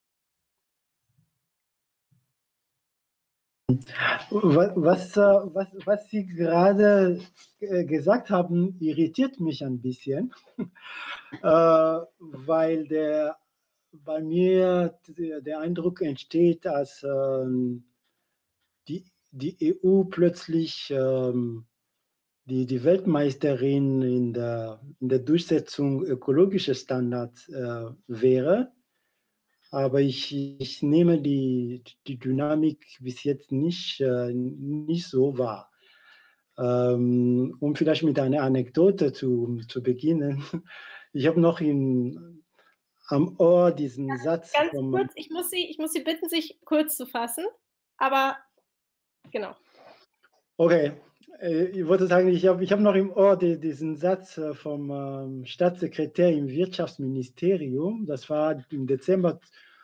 Was Sie gerade gesagt haben, irritiert mich ein bisschen, weil bei mir der Eindruck entsteht, dass die EU plötzlich die Weltmeisterin in der Durchsetzung ökologischer Standards wäre. Aber ich nehme die Dynamik bis jetzt nicht so wahr. Um vielleicht mit einer Anekdote zu beginnen. Ich habe noch am Ohr diesen Satz. Ganz kurz, ich muss Sie bitten, sich kurz zu fassen. Aber genau. Okay, ich wollte sagen, ich hab noch im Ohr diesen Satz vom Staatssekretär im Wirtschaftsministerium. Das war im Dezember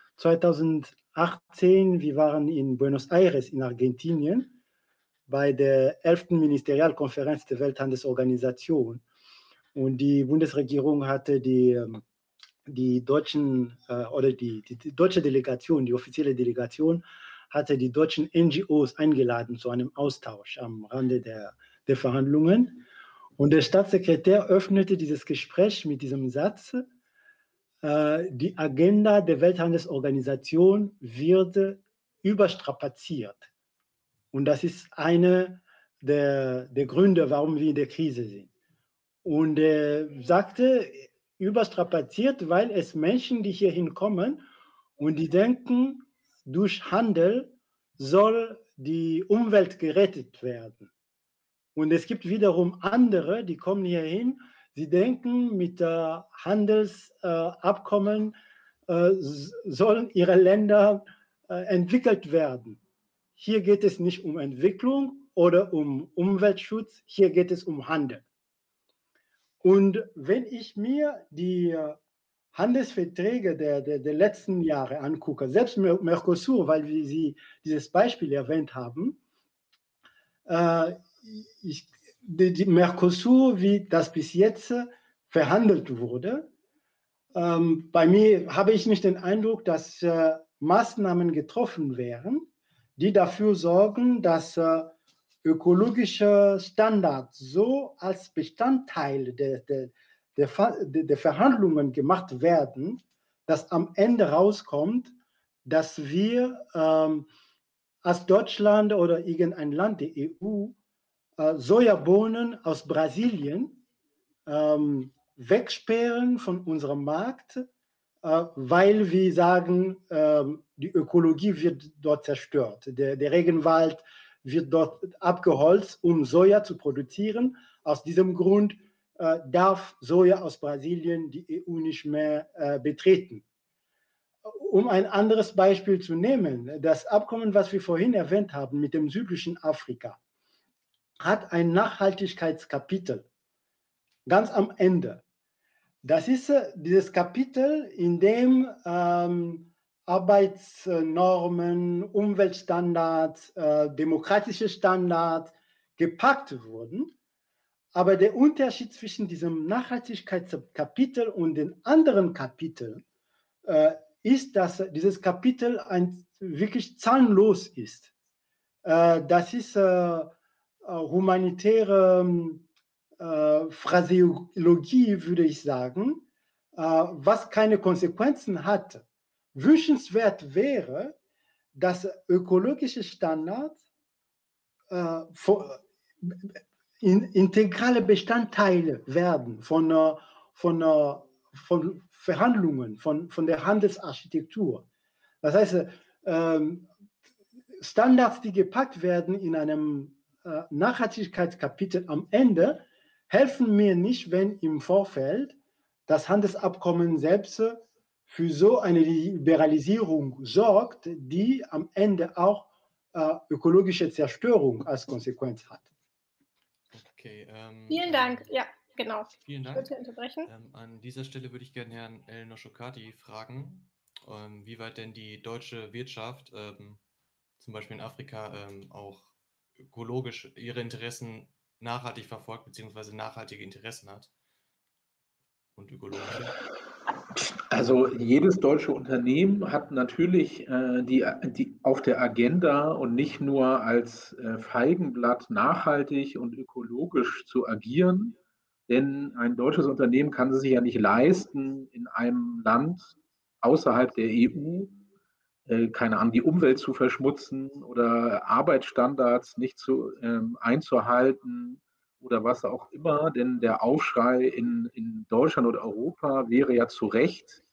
2018. Wir waren in Buenos Aires in Argentinien bei der 11. Ministerialkonferenz der Welthandelsorganisation. Und die Bundesregierung hatte die deutschen oder die deutsche Delegation, die offizielle Delegation, hatte die deutschen NGOs eingeladen zu einem Austausch am Rande der Verhandlungen. Und der Staatssekretär öffnete dieses Gespräch mit diesem Satz: Die Agenda der Welthandelsorganisation wird überstrapaziert. Und das ist einer der Gründe, warum wir in der Krise sind. Und er sagte, überstrapaziert, weil es Menschen, die hier hinkommen und die denken, durch Handel soll die Umwelt gerettet werden. Und es gibt wiederum andere, die kommen hier hin, sie denken, mit Handelsabkommen sollen ihre Länder entwickelt werden. Hier geht es nicht um Entwicklung oder um Umweltschutz, hier geht es um Handel. Und wenn ich mir die Handelsverträge der letzten Jahre angucke, selbst Mercosur, weil Sie dieses Beispiel erwähnt haben, die Mercosur, wie das bis jetzt verhandelt wurde, bei mir habe ich nicht den Eindruck, dass Maßnahmen getroffen wären, die dafür sorgen, dass ökologische Standards so als Bestandteil der Verhandlungen gemacht werden, dass am Ende rauskommt, dass wir als Deutschland oder irgendein Land der EU Sojabohnen aus Brasilien wegsperren von unserem Markt, weil wir sagen, die Ökologie wird dort zerstört. Der Regenwald wird dort abgeholzt, um Soja zu produzieren. Aus diesem Grund darf Soja aus Brasilien die EU nicht mehr betreten. Um ein anderes Beispiel zu nehmen, das Abkommen, was wir vorhin erwähnt haben mit dem südlichen Afrika, hat ein Nachhaltigkeitskapitel ganz am Ende. Das ist dieses Kapitel, in dem Arbeitsnormen, Umweltstandards, demokratische Standards gepackt wurden. Aber der Unterschied zwischen diesem Nachhaltigkeitskapitel und den anderen Kapiteln ist, dass dieses Kapitel wirklich zahnlos ist. Das ist humanitäre Phraseologie, würde ich sagen, was keine Konsequenzen hat. Wünschenswert wäre, dass ökologische Standards integrale Bestandteile werden von Verhandlungen, von der Handelsarchitektur. Das heißt, Standards, die gepackt werden in einem Nachhaltigkeitskapitel am Ende, helfen mir nicht, wenn im Vorfeld das Handelsabkommen selbst für so eine Liberalisierung sorgt, die am Ende auch ökologische Zerstörung als Konsequenz hat. Okay. Vielen Dank. Ja, genau. Vielen Dank. Bitte unterbrechen. An dieser Stelle würde ich gerne Herrn El Noshokati fragen, wie weit denn die deutsche Wirtschaft zum Beispiel in Afrika auch ökologisch ihre Interessen nachhaltig verfolgt, beziehungsweise nachhaltige Interessen hat und ökologische. Also jedes deutsche Unternehmen hat natürlich die auf der Agenda und nicht nur als Feigenblatt nachhaltig und ökologisch zu agieren, denn ein deutsches Unternehmen kann es sich ja nicht leisten, in einem Land außerhalb der EU, keine Ahnung, die Umwelt zu verschmutzen oder Arbeitsstandards nicht einzuhalten oder was auch immer, denn der Aufschrei in Deutschland oder Europa wäre ja zu Recht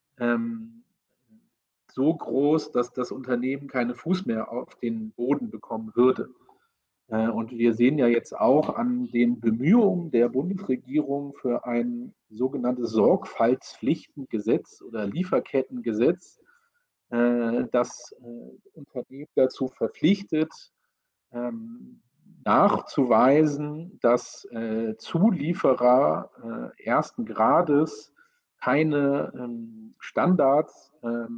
so groß, dass das Unternehmen keinen Fuß mehr auf den Boden bekommen würde. Und wir sehen ja jetzt auch an den Bemühungen der Bundesregierung für ein sogenanntes Sorgfaltspflichtengesetz oder Lieferkettengesetz, das Unternehmen dazu verpflichtet, nachzuweisen, dass Zulieferer ersten Grades keine Standards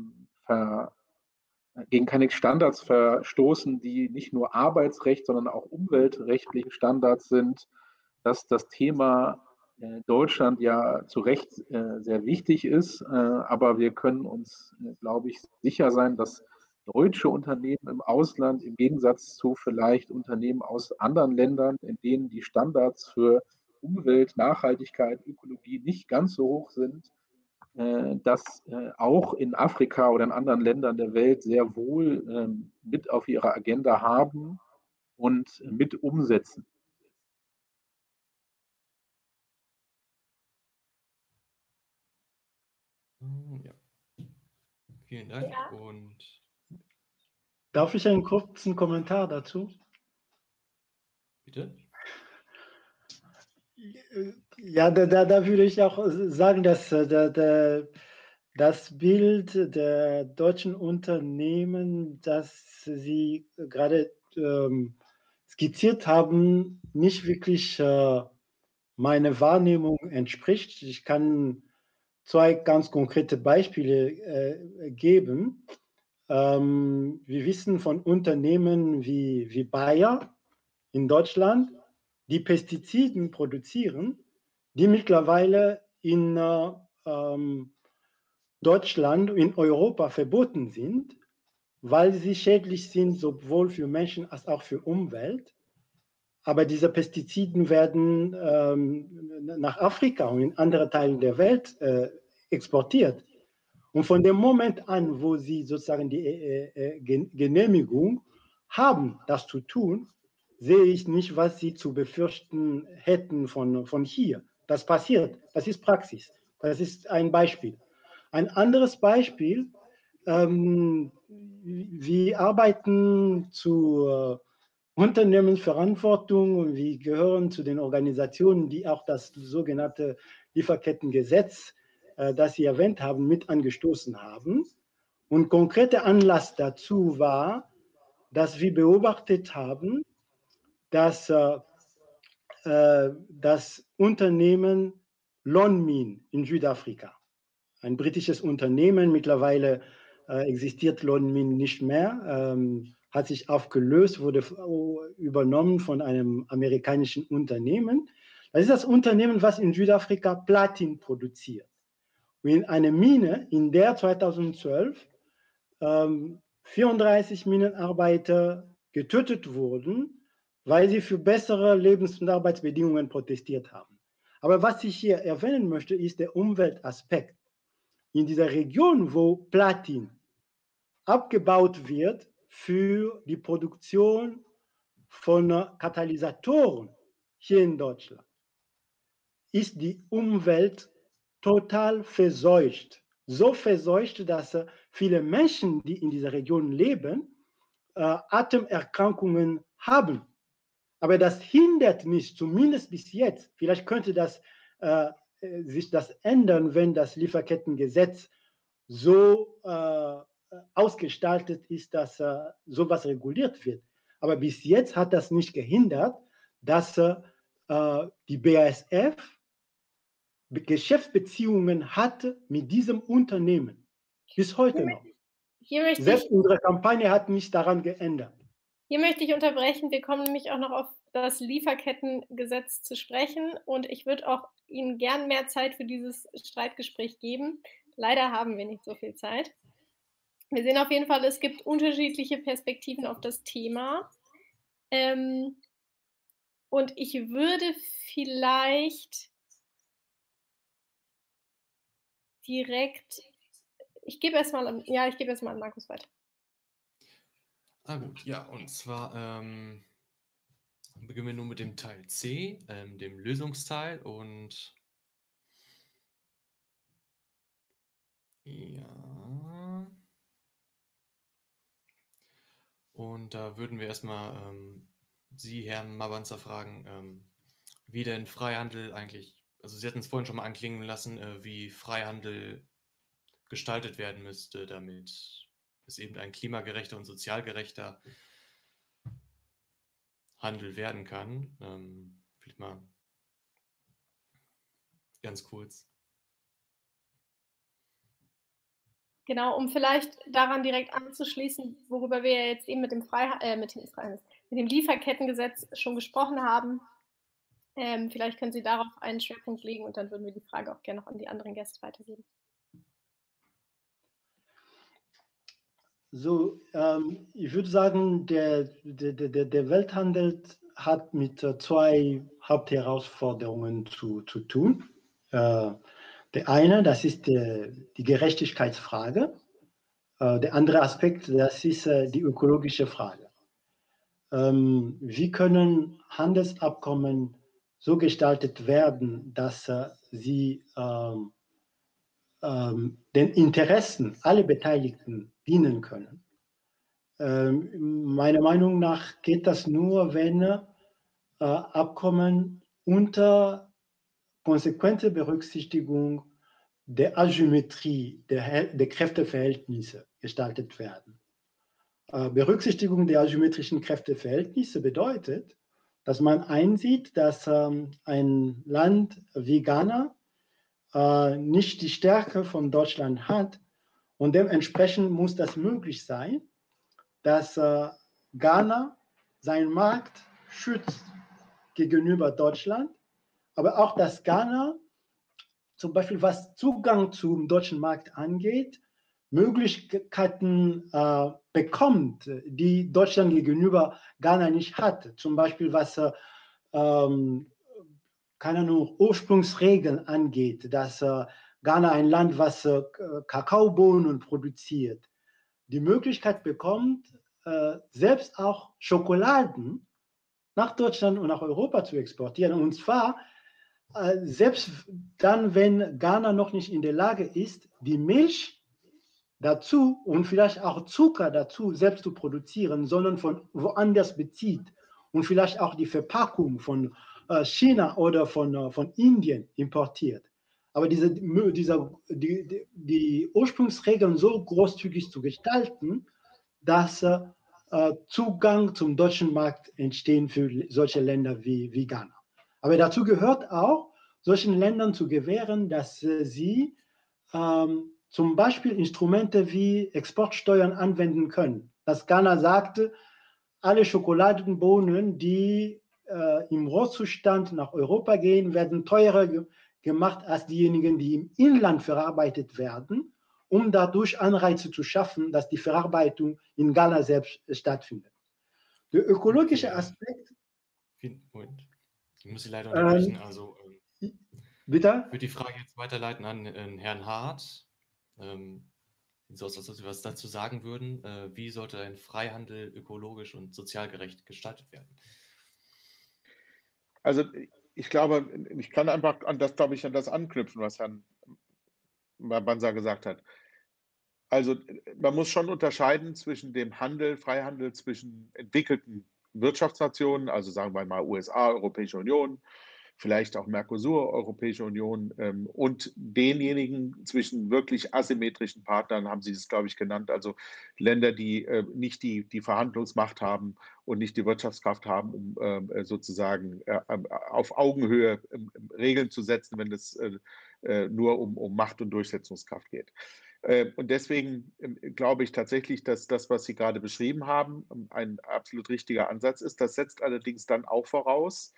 gegen keine Standards verstoßen, die nicht nur Arbeitsrecht, sondern auch umweltrechtliche Standards sind, dass das Thema Deutschland ja zu Recht sehr wichtig ist, aber wir können uns, glaube ich, sicher sein, dass deutsche Unternehmen im Ausland im Gegensatz zu vielleicht Unternehmen aus anderen Ländern, in denen die Standards für Umwelt, Nachhaltigkeit, Ökologie nicht ganz so hoch sind, das auch in Afrika oder in anderen Ländern der Welt sehr wohl mit auf ihrer Agenda haben und mit umsetzen. Ja. Vielen Dank. Ja. Und Darf ich einen kurzen Kommentar dazu? bitte? Ja, da würde ich auch sagen, dass das Bild der deutschen Unternehmen, das Sie gerade skizziert haben, nicht wirklich meiner Wahrnehmung entspricht. Ich kann zwei ganz konkrete Beispiele geben. Wir wissen von Unternehmen wie Bayer in Deutschland, die Pestiziden produzieren, die mittlerweile in Deutschland, in Europa verboten sind, weil sie schädlich sind, sowohl für Menschen als auch für Umwelt. Aber diese Pestiziden werden nach Afrika und in andere Teile der Welt exportiert. Und von dem Moment an, wo sie sozusagen die Genehmigung haben, das zu tun, sehe ich nicht, was sie zu befürchten hätten von hier. Das passiert, das ist Praxis. Das ist ein Beispiel. Ein anderes Beispiel, wir arbeiten zu Unternehmensverantwortung und wir gehören zu den Organisationen, die auch das sogenannte Lieferkettengesetz, das Sie erwähnt haben, mit angestoßen haben. Und konkreter Anlass dazu war, dass wir beobachtet haben, dass das Unternehmen Lonmin in Südafrika, ein britisches Unternehmen, mittlerweile existiert Lonmin nicht mehr, hat sich aufgelöst, wurde übernommen von einem amerikanischen Unternehmen. Das ist das Unternehmen, was in Südafrika Platin produziert. Und in einer Mine, in der 2012 34 Minenarbeiter getötet wurden, weil sie für bessere Lebens- und Arbeitsbedingungen protestiert haben. Aber was ich hier erwähnen möchte, ist der Umweltaspekt. In dieser Region, wo Platin abgebaut wird für die Produktion von Katalysatoren hier in Deutschland, ist die Umwelt total verseucht. So verseucht, dass viele Menschen, die in dieser Region leben, Atemerkrankungen haben. Aber das hindert nicht, zumindest bis jetzt, vielleicht könnte sich das ändern, wenn das Lieferkettengesetz so ausgestaltet ist, dass sowas reguliert wird. Aber bis jetzt hat das nicht gehindert, dass die BASF Geschäftsbeziehungen hatte mit diesem Unternehmen. Bis heute noch. Selbst unsere Kampagne hat nicht daran geändert. Hier möchte ich unterbrechen. Wir kommen nämlich auch noch auf das Lieferkettengesetz zu sprechen und ich würde auch Ihnen gern mehr Zeit für dieses Streitgespräch geben. Leider haben wir nicht so viel Zeit. Wir sehen auf jeden Fall, es gibt unterschiedliche Perspektiven auf das Thema. Und ich würde vielleicht direkt, ich gebe erstmal an Markus weiter. Ah gut, ja, und zwar beginnen wir nun mit dem Teil C, dem Lösungsteil und ja, und da würden wir erstmal Sie, Herrn Mabanza, fragen, wie denn Freihandel eigentlich, also Sie hatten es vorhin schon mal anklingen lassen, wie Freihandel gestaltet werden müsste, damit es eben ein klimagerechter und sozial gerechter Handel werden kann. Vielleicht mal ganz kurz. Genau, um vielleicht daran direkt anzuschließen, worüber wir jetzt eben mit dem Lieferkettengesetz schon gesprochen haben. Vielleicht können Sie darauf einen Schwerpunkt legen und dann würden wir die Frage auch gerne noch an die anderen Gäste weitergeben. So, ich würde sagen, der Welthandel hat mit zwei Hauptherausforderungen zu tun. Der eine, das ist die Gerechtigkeitsfrage. Der andere Aspekt, das ist die ökologische Frage. Wie können Handelsabkommen so gestaltet werden, dass sie den Interessen aller Beteiligten dienen können? Meiner Meinung nach geht das nur, wenn Abkommen unter konsequente Berücksichtigung der Asymmetrie der Kräfteverhältnisse gestaltet werden. Berücksichtigung der asymmetrischen Kräfteverhältnisse bedeutet, dass man einsieht, dass ein Land wie Ghana nicht die Stärke von Deutschland hat und dementsprechend muss das möglich sein, dass Ghana seinen Markt schützt gegenüber Deutschland, aber auch, dass Ghana zum Beispiel, was Zugang zum deutschen Markt angeht, Möglichkeiten bekommt, die Deutschland gegenüber Ghana nicht hat. Zum Beispiel, was keine Ahnung, Ursprungsregeln angeht, dass Ghana ein Land, was Kakaobohnen produziert, die Möglichkeit bekommt, selbst auch Schokoladen nach Deutschland und nach Europa zu exportieren. Und zwar selbst dann, wenn Ghana noch nicht in der Lage ist, die Milch dazu und vielleicht auch Zucker dazu selbst zu produzieren, sondern von woanders bezieht und vielleicht auch die Verpackung von China oder von Indien importiert. Aber die Ursprungsregeln so großzügig zu gestalten, dass Zugang zum deutschen Markt entstehen für solche Länder wie Ghana. Aber dazu gehört auch, solchen Ländern zu gewähren, dass sie zum Beispiel Instrumente wie Exportsteuern anwenden können. Dass Ghana sagte, alle Schokoladenbohnen, die im Rohzustand nach Europa gehen, werden teurer gemacht als diejenigen, die im Inland verarbeitet werden, um dadurch Anreize zu schaffen, dass die Verarbeitung in Ghana selbst stattfindet. Der ökologische Aspekt. Moment. Ich muss Sie leider unterbrechen. Also, bitte? Ich würde die Frage jetzt weiterleiten an Herrn Hart. So, als ob Sie was dazu sagen würden. Wie sollte ein Freihandel ökologisch und sozial gerecht gestaltet werden? Also ich glaube, ich kann einfach an das anknüpfen, was Herrn Bansa gesagt hat. Also man muss schon unterscheiden zwischen dem Freihandel zwischen entwickelten Wirtschaftsnationen, also sagen wir mal USA, Europäische Union, vielleicht auch Mercosur, Europäische Union, und denjenigen zwischen wirklich asymmetrischen Partnern, haben Sie es, glaube ich, genannt, also Länder, die nicht die Verhandlungsmacht haben und nicht die Wirtschaftskraft haben, um sozusagen auf Augenhöhe Regeln zu setzen, wenn es nur um Macht und Durchsetzungskraft geht. Und deswegen glaube ich tatsächlich, dass das, was Sie gerade beschrieben haben, ein absolut richtiger Ansatz ist. Das setzt allerdings dann auch voraus,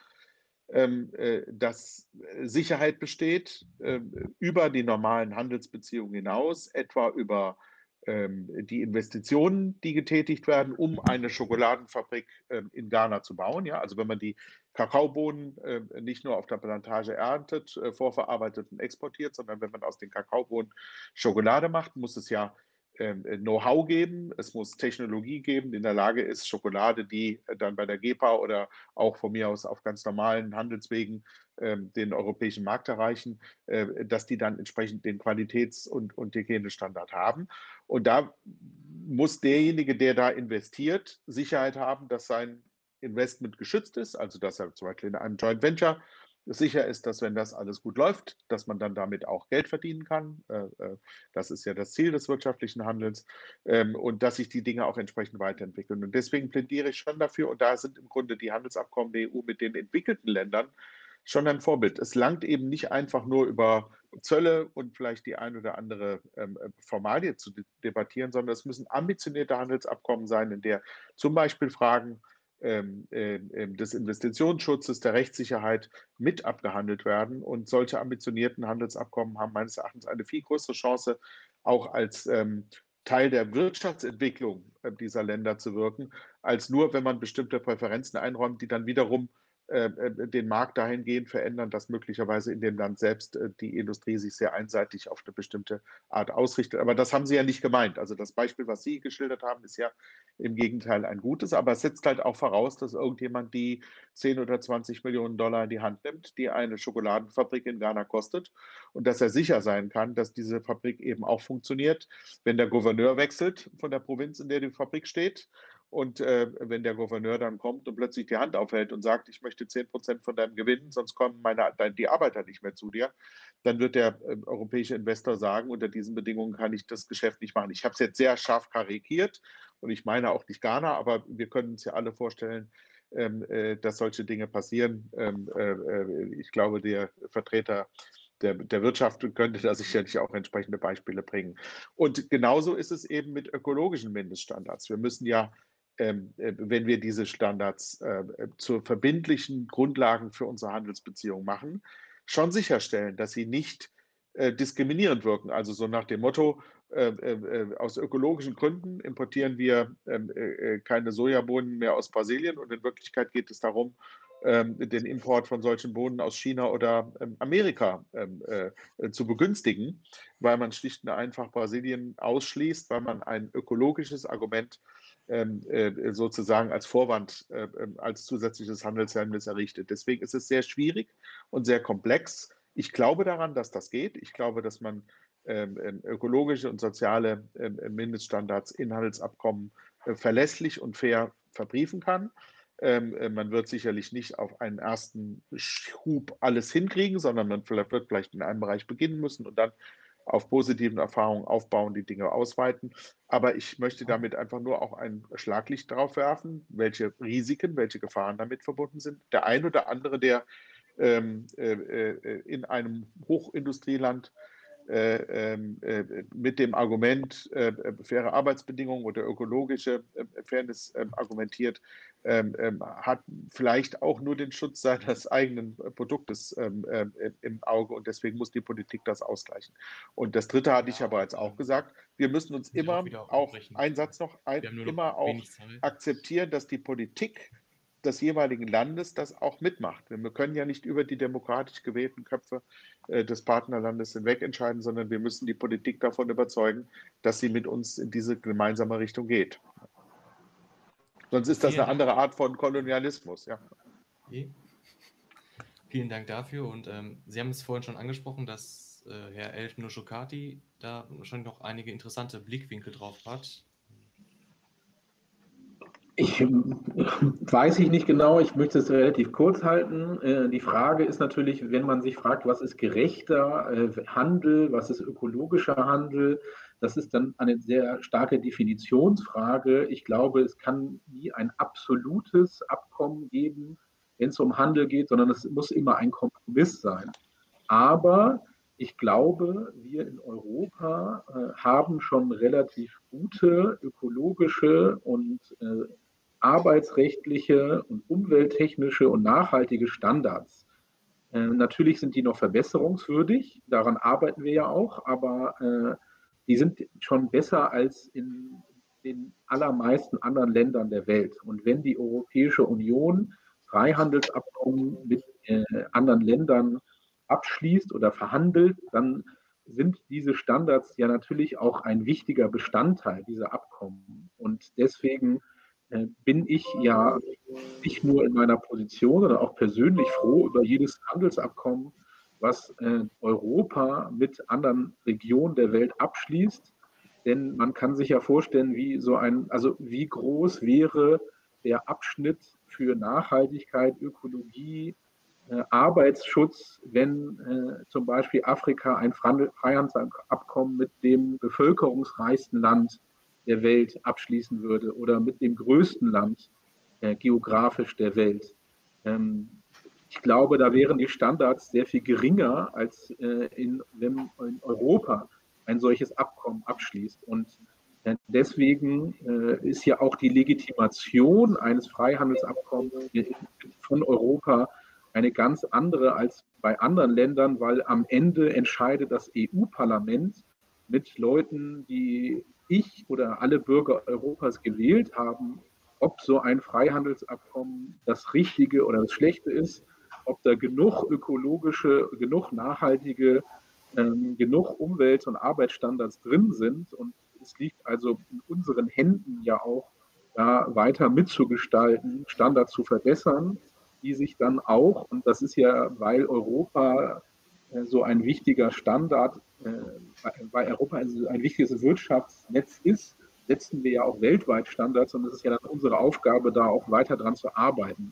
dass Sicherheit besteht über die normalen Handelsbeziehungen hinaus, etwa über die Investitionen, die getätigt werden, um eine Schokoladenfabrik in Ghana zu bauen. Ja? Also wenn man die Kakaobohnen nicht nur auf der Plantage erntet, vorverarbeitet und exportiert, sondern wenn man aus den Kakaobohnen Schokolade macht, muss es ja Know-how geben, es muss Technologie geben, die in der Lage ist, Schokolade, die dann bei der GEPA oder auch von mir aus auf ganz normalen Handelswegen den europäischen Markt erreichen, dass die dann entsprechend den Qualitäts- und Hygienestandard haben. Und da muss derjenige, der da investiert, Sicherheit haben, dass sein Investment geschützt ist, also dass er zum Beispiel in einem Joint Venture sicher ist, dass wenn das alles gut läuft, dass man dann damit auch Geld verdienen kann. Das ist ja das Ziel des wirtschaftlichen Handels, und dass sich die Dinge auch entsprechend weiterentwickeln. Und deswegen plädiere ich schon dafür, und da sind im Grunde die Handelsabkommen der EU mit den entwickelten Ländern schon ein Vorbild. Es langt eben nicht einfach nur über Zölle und vielleicht die ein oder andere Formalie zu debattieren, sondern es müssen ambitionierte Handelsabkommen sein, in der zum Beispiel Fragen des Investitionsschutzes, der Rechtssicherheit mit abgehandelt werden. Und solche ambitionierten Handelsabkommen haben meines Erachtens eine viel größere Chance, auch als Teil der Wirtschaftsentwicklung dieser Länder zu wirken, als nur, wenn man bestimmte Präferenzen einräumt, die dann wiederum den Markt dahingehend verändern, dass möglicherweise in dem Land selbst die Industrie sich sehr einseitig auf eine bestimmte Art ausrichtet. Aber das haben Sie ja nicht gemeint. Also das Beispiel, was Sie geschildert haben, ist ja im Gegenteil ein gutes, aber es setzt halt auch voraus, dass irgendjemand die 10 oder 20 Millionen Dollar in die Hand nimmt, die eine Schokoladenfabrik in Ghana kostet, und dass er sicher sein kann, dass diese Fabrik eben auch funktioniert, wenn der Gouverneur wechselt von der Provinz, in der die Fabrik steht. Und wenn der Gouverneur dann kommt und plötzlich die Hand aufhält und sagt, ich möchte 10% von deinem Gewinn, sonst kommen die Arbeiter nicht mehr zu dir, dann wird der europäische Investor sagen, unter diesen Bedingungen kann ich das Geschäft nicht machen. Ich habe es jetzt sehr scharf karikiert und ich meine auch nicht Ghana, aber wir können uns ja alle vorstellen, dass solche Dinge passieren. Ich glaube, der Vertreter der Wirtschaft könnte da sicherlich auch entsprechende Beispiele bringen. Und genauso ist es eben mit ökologischen Mindeststandards. Wir müssen ja, wenn wir diese Standards zu verbindlichen Grundlagen für unsere Handelsbeziehungen machen, schon sicherstellen, dass sie nicht diskriminierend wirken. Also so nach dem Motto, aus ökologischen Gründen importieren wir keine Sojabohnen mehr aus Brasilien, und in Wirklichkeit geht es darum, den Import von solchen Bohnen aus China oder Amerika zu begünstigen, weil man schlicht und einfach Brasilien ausschließt, weil man ein ökologisches Argument sozusagen als Vorwand, als zusätzliches Handelshemmnis errichtet. Deswegen ist es sehr schwierig und sehr komplex. Ich glaube daran, dass das geht. Ich glaube, dass man ökologische und soziale Mindeststandards in Handelsabkommen verlässlich und fair verbriefen kann. Man wird sicherlich nicht auf einen ersten Schub alles hinkriegen, sondern man wird vielleicht in einem Bereich beginnen müssen und dann auf positiven Erfahrungen aufbauen, die Dinge ausweiten. Aber ich möchte damit einfach nur auch ein Schlaglicht drauf werfen, welche Risiken, welche Gefahren damit verbunden sind. Der ein oder andere, der in einem Hochindustrieland mit dem Argument faire Arbeitsbedingungen oder ökologische Fairness argumentiert, hat vielleicht auch nur den Schutz seines eigenen Produktes im Auge und deswegen muss die Politik das ausgleichen. Und das Dritte hatte ich ja bereits auch gesagt, wir müssen uns immer auch, ein Satz noch, immer auch akzeptieren, dass die Politik des jeweiligen Landes das auch mitmacht. Wir können ja nicht über die demokratisch gewählten Köpfe des Partnerlandes hinweg entscheiden, sondern wir müssen die Politik davon überzeugen, dass sie mit uns in diese gemeinsame Richtung geht. Sonst ist das eine andere Art von Kolonialismus. Ja. Vielen Dank dafür. Und Sie haben es vorhin schon angesprochen, dass Herr El-Nushrokati da wahrscheinlich noch einige interessante Blickwinkel drauf hat. Weiß ich nicht genau, ich möchte es relativ kurz halten. Die Frage ist natürlich, wenn man sich fragt, was ist gerechter Handel, was ist ökologischer Handel, das ist dann eine sehr starke Definitionsfrage. Ich glaube, es kann nie ein absolutes Abkommen geben, wenn es um Handel geht, sondern es muss immer ein Kompromiss sein. Aber ich glaube, wir in Europa haben schon relativ gute ökologische und arbeitsrechtliche und umwelttechnische und nachhaltige Standards. Natürlich sind die noch verbesserungswürdig, daran arbeiten wir ja auch, aber die sind schon besser als in den allermeisten anderen Ländern der Welt. Und wenn die Europäische Union Freihandelsabkommen mit anderen Ländern abschließt oder verhandelt, dann sind diese Standards ja natürlich auch ein wichtiger Bestandteil dieser Abkommen. Und deswegen bin ich ja nicht nur in meiner Position, sondern auch persönlich froh über jedes Handelsabkommen, was Europa mit anderen Regionen der Welt abschließt. Denn man kann sich ja vorstellen, wie groß wäre der Abschnitt für Nachhaltigkeit, Ökologie, Arbeitsschutz, wenn zum Beispiel Afrika ein Freihandelsabkommen mit dem bevölkerungsreichsten Land der Welt abschließen würde oder mit dem größten Land geografisch der Welt. Ich glaube, da wären die Standards sehr viel geringer, als wenn in Europa ein solches Abkommen abschließt. Und deswegen ist ja auch die Legitimation eines Freihandelsabkommens von Europa eine ganz andere als bei anderen Ländern, weil am Ende entscheidet das EU-Parlament mit Leuten, die ich oder alle Bürger Europas gewählt haben, ob so ein Freihandelsabkommen das Richtige oder das Schlechte ist, ob da genug ökologische, genug nachhaltige, genug Umwelt- und Arbeitsstandards drin sind. Und es liegt also in unseren Händen ja auch, da weiter mitzugestalten, Standards zu verbessern, die sich dann auch, und das ist ja, weil Europa so ein wichtiger Standard, weil Europa also ein wichtiges Wirtschaftsnetz ist, setzen wir ja auch weltweit Standards und es ist ja dann unsere Aufgabe, da auch weiter dran zu arbeiten.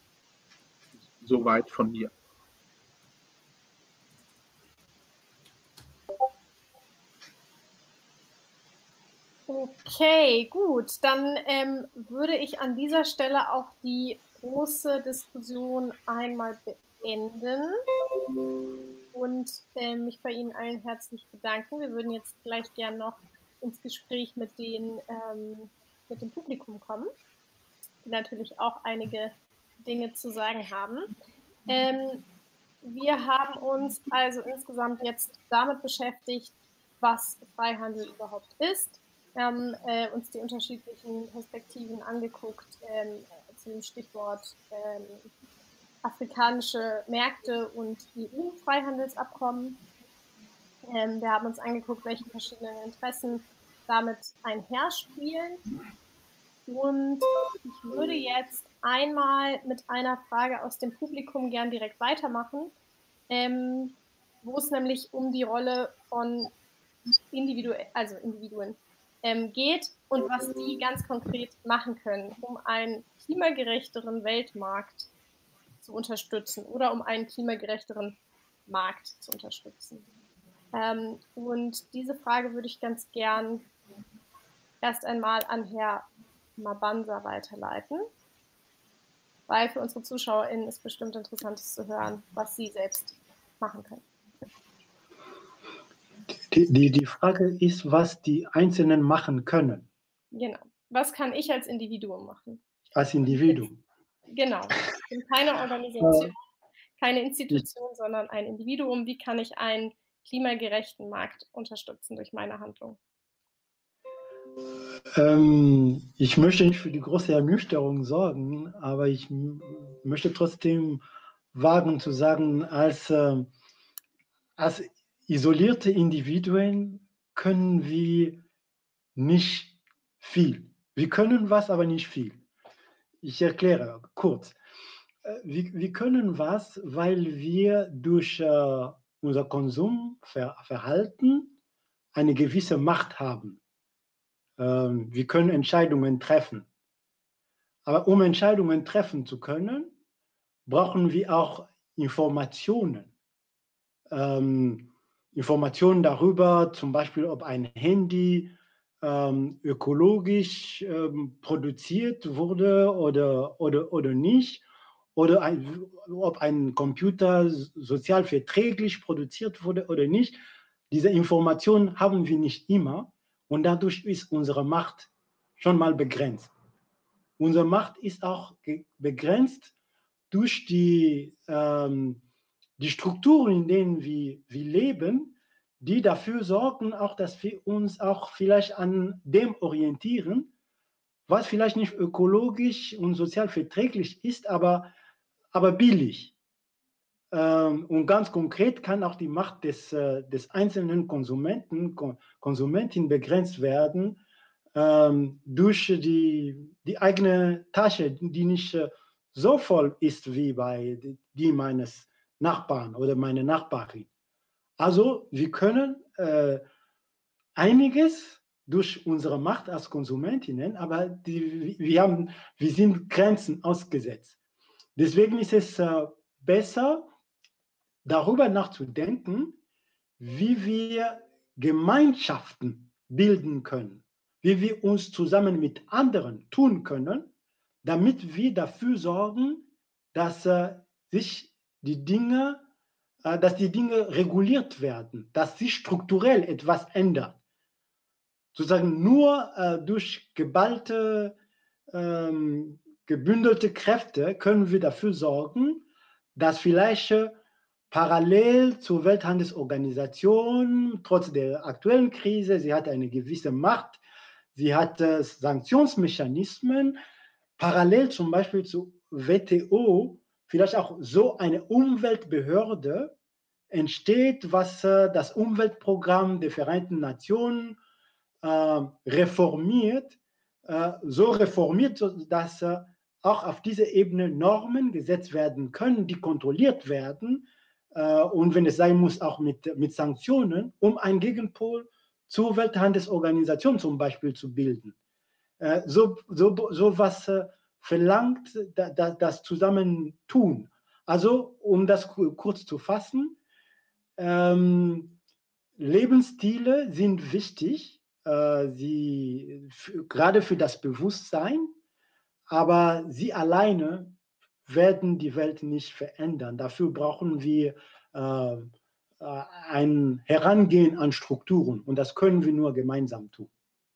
Soweit von mir. Okay, gut. Dann würde ich an dieser Stelle auch die große Diskussion einmal beenden und mich bei Ihnen allen herzlich bedanken. Wir würden jetzt gleich gern noch ins Gespräch mit dem Publikum kommen, die natürlich auch einige Dinge zu sagen haben. Wir haben uns also insgesamt jetzt damit beschäftigt, was Freihandel überhaupt ist. Wir haben uns die unterschiedlichen Perspektiven angeguckt zu dem Stichwort afrikanische Märkte und EU-Freihandelsabkommen. Wir haben uns angeguckt, welche verschiedenen Interessen damit einherspielen. Und ich würde jetzt einmal mit einer Frage aus dem Publikum gern direkt weitermachen, wo es nämlich um die Rolle von Individuen geht und was die ganz konkret machen können, um einen klimagerechteren Weltmarkt zu unterstützen oder um einen klimagerechteren Markt zu unterstützen. Und diese Frage würde ich ganz gern erst einmal an Herr Mabanza weiterleiten, weil für unsere ZuschauerInnen ist bestimmt interessant zu hören, was Sie selbst machen können. Die Frage ist, was die Einzelnen machen können. Genau. Was kann ich als Individuum machen? Als Individuum. Genau. Ich bin keine Organisation, keine Institution, sondern ein Individuum. Wie kann ich einen klimagerechten Markt unterstützen durch meine Handlung? Ich möchte nicht für die große Ernüchterung sorgen, aber ich möchte trotzdem wagen zu sagen, als isolierte Individuen können wir nicht viel. Wir können was, aber nicht viel. Ich erkläre kurz. Wir können was, weil wir durch unser Konsumverhalten eine gewisse Macht haben. Wir können Entscheidungen treffen. Aber um Entscheidungen treffen zu können, brauchen wir auch Informationen. Informationen darüber, zum Beispiel, ob ein Handy ökologisch produziert wurde oder nicht, oder ob ein Computer sozial verträglich produziert wurde oder nicht. Diese Informationen haben wir nicht immer und dadurch ist unsere Macht schon mal begrenzt. Unsere Macht ist auch begrenzt durch die Strukturen, in denen wir leben, die dafür sorgen, auch, dass wir uns auch vielleicht an dem orientieren, was vielleicht nicht ökologisch und sozial verträglich ist, aber billig. Und ganz konkret kann auch die Macht des einzelnen Konsumentin begrenzt werden durch die eigene Tasche, die nicht so voll ist wie bei die meines Nachbarn oder meine Nachbarin. Also wir können einiges durch unsere Macht als Konsumentinnen, aber wir sind Grenzen ausgesetzt. Deswegen ist es besser, darüber nachzudenken, wie wir Gemeinschaften bilden können, wie wir uns zusammen mit anderen tun können, damit wir dafür sorgen, dass sich die Dinge reguliert werden, dass sich strukturell etwas ändert. Sozusagen nur durch gebündelte Kräfte können wir dafür sorgen, dass vielleicht parallel zur Welthandelsorganisation, trotz der aktuellen Krise, sie hat eine gewisse Macht, sie hat Sanktionsmechanismen, parallel zum Beispiel zur WTO, vielleicht auch so eine Umweltbehörde entsteht, was das Umweltprogramm der Vereinten Nationen reformiert, so reformiert, dass auch auf dieser Ebene Normen gesetzt werden können, die kontrolliert werden und wenn es sein muss, auch mit Sanktionen, um einen Gegenpol zur Welthandelsorganisation zum Beispiel zu bilden. So was verlangt das Zusammentun. Also, um das kurz zu fassen, Lebensstile sind wichtig, gerade für das Bewusstsein, aber sie alleine werden die Welt nicht verändern. Dafür brauchen wir ein Herangehen an Strukturen und das können wir nur gemeinsam tun.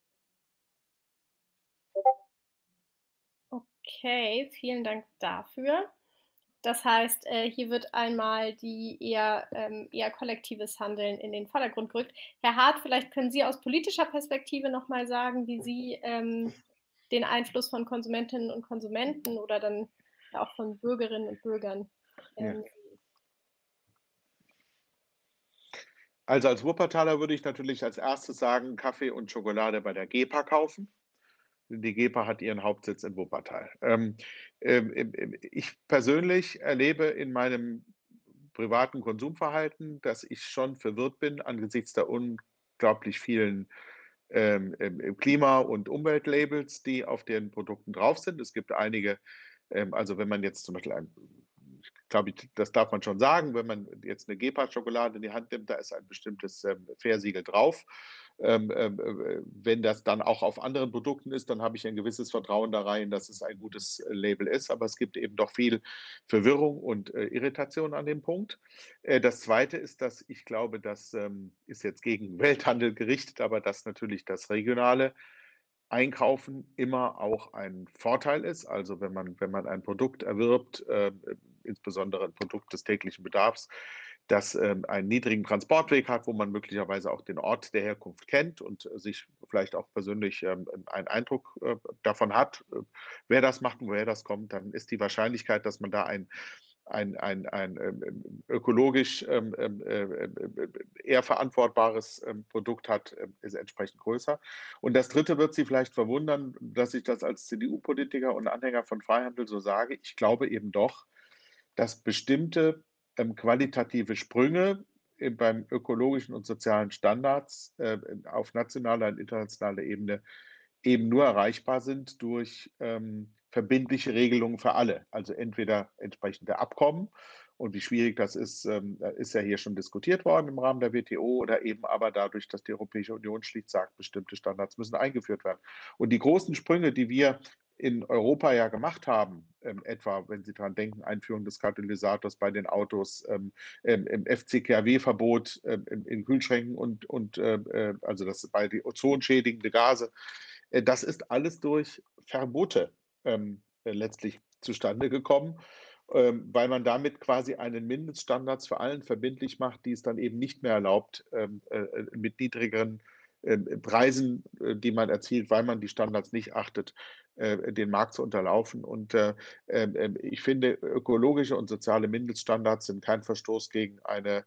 Okay, vielen Dank dafür. Das heißt, hier wird einmal die eher kollektives Handeln in den Vordergrund gerückt. Herr Hart, vielleicht können Sie aus politischer Perspektive nochmal sagen, wie Sie den Einfluss von Konsumentinnen und Konsumenten oder dann auch von Bürgerinnen und Bürgern Ja. Also als Wuppertaler würde ich natürlich als erstes sagen, Kaffee und Schokolade bei der GEPA kaufen. Die GEPA hat ihren Hauptsitz in Wuppertal. Ich persönlich erlebe in meinem privaten Konsumverhalten, dass ich schon verwirrt bin angesichts der unglaublich vielen Klima- und Umweltlabels, die auf den Produkten drauf sind. Es gibt einige, also wenn man jetzt zum Beispiel ich glaube, das darf man schon sagen, wenn man jetzt eine Gepard-Schokolade in die Hand nimmt, da ist ein bestimmtes Fair-Siegel drauf. Wenn das dann auch auf anderen Produkten ist, dann habe ich ein gewisses Vertrauen da rein, dass es ein gutes Label ist. Aber es gibt eben doch viel Verwirrung und Irritation an dem Punkt. Das Zweite ist, dass ich glaube, das ist jetzt gegen Welthandel gerichtet, aber dass natürlich das regionale Einkaufen immer auch ein Vorteil ist. Also wenn man ein Produkt erwirbt, insbesondere ein Produkt des täglichen Bedarfs, das einen niedrigen Transportweg hat, wo man möglicherweise auch den Ort der Herkunft kennt und sich vielleicht auch persönlich einen Eindruck davon hat, wer das macht und woher das kommt, dann ist die Wahrscheinlichkeit, dass man da ein ökologisch eher verantwortbares Produkt hat, ist entsprechend größer. Und das Dritte wird Sie vielleicht verwundern, dass ich das als CDU-Politiker und Anhänger von Freihandel so sage. Ich glaube eben doch, dass bestimmte qualitative Sprünge beim ökologischen und sozialen Standards auf nationaler und internationaler Ebene eben nur erreichbar sind durch verbindliche Regelungen für alle. Also entweder entsprechende Abkommen, und wie schwierig das ist ja hier schon diskutiert worden im Rahmen der WTO, oder eben aber dadurch, dass die Europäische Union schlicht sagt, bestimmte Standards müssen eingeführt werden. Und die großen Sprünge, die wir in Europa ja gemacht haben, etwa, wenn Sie daran denken, Einführung des Katalysators bei den Autos, im FCKW-Verbot in Kühlschränken und also das bei die ozonschädigende Gase, das ist alles durch Verbote letztlich zustande gekommen, weil man damit quasi einen Mindeststandards für allen verbindlich macht, die es dann eben nicht mehr erlaubt, mit niedrigeren Preisen, die man erzielt, weil man die Standards nicht achtet, den Markt zu unterlaufen. Und ich finde, ökologische und soziale Mindeststandards sind kein Verstoß gegen eine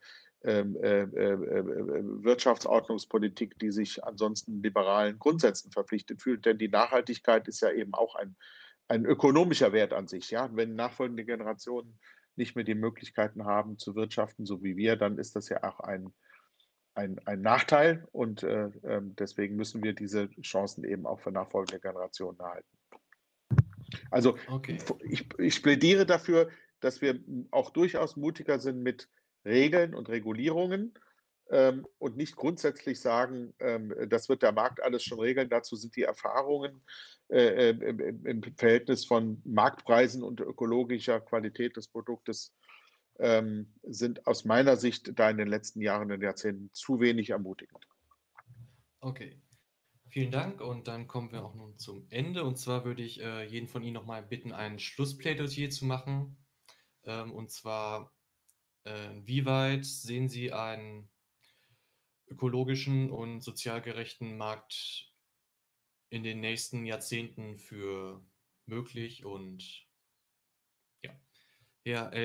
Wirtschaftsordnungspolitik, die sich ansonsten liberalen Grundsätzen verpflichtet fühlt. Denn die Nachhaltigkeit ist ja eben auch ein ökonomischer Wert an sich. Ja? Wenn nachfolgende Generationen nicht mehr die Möglichkeiten haben zu wirtschaften, so wie wir, dann ist das ja auch ein Nachteil, und deswegen müssen wir diese Chancen eben auch für nachfolgende Generationen erhalten. Also Okay. ich plädiere dafür, dass wir auch durchaus mutiger sind mit Regeln und Regulierungen und nicht grundsätzlich sagen, das wird der Markt alles schon regeln. Dazu sind die Erfahrungen im Verhältnis von Marktpreisen und ökologischer Qualität des Produktes sind aus meiner Sicht da in den letzten Jahren und Jahrzehnten zu wenig ermutigend. Okay. Vielen Dank, und dann kommen wir auch nun zum Ende. Und zwar würde ich jeden von Ihnen nochmal bitten, ein Schlussplädoyer zu machen. Und zwar, wie weit sehen Sie einen ökologischen und sozial gerechten Markt in den nächsten Jahrzehnten für möglich? Und ja, Herr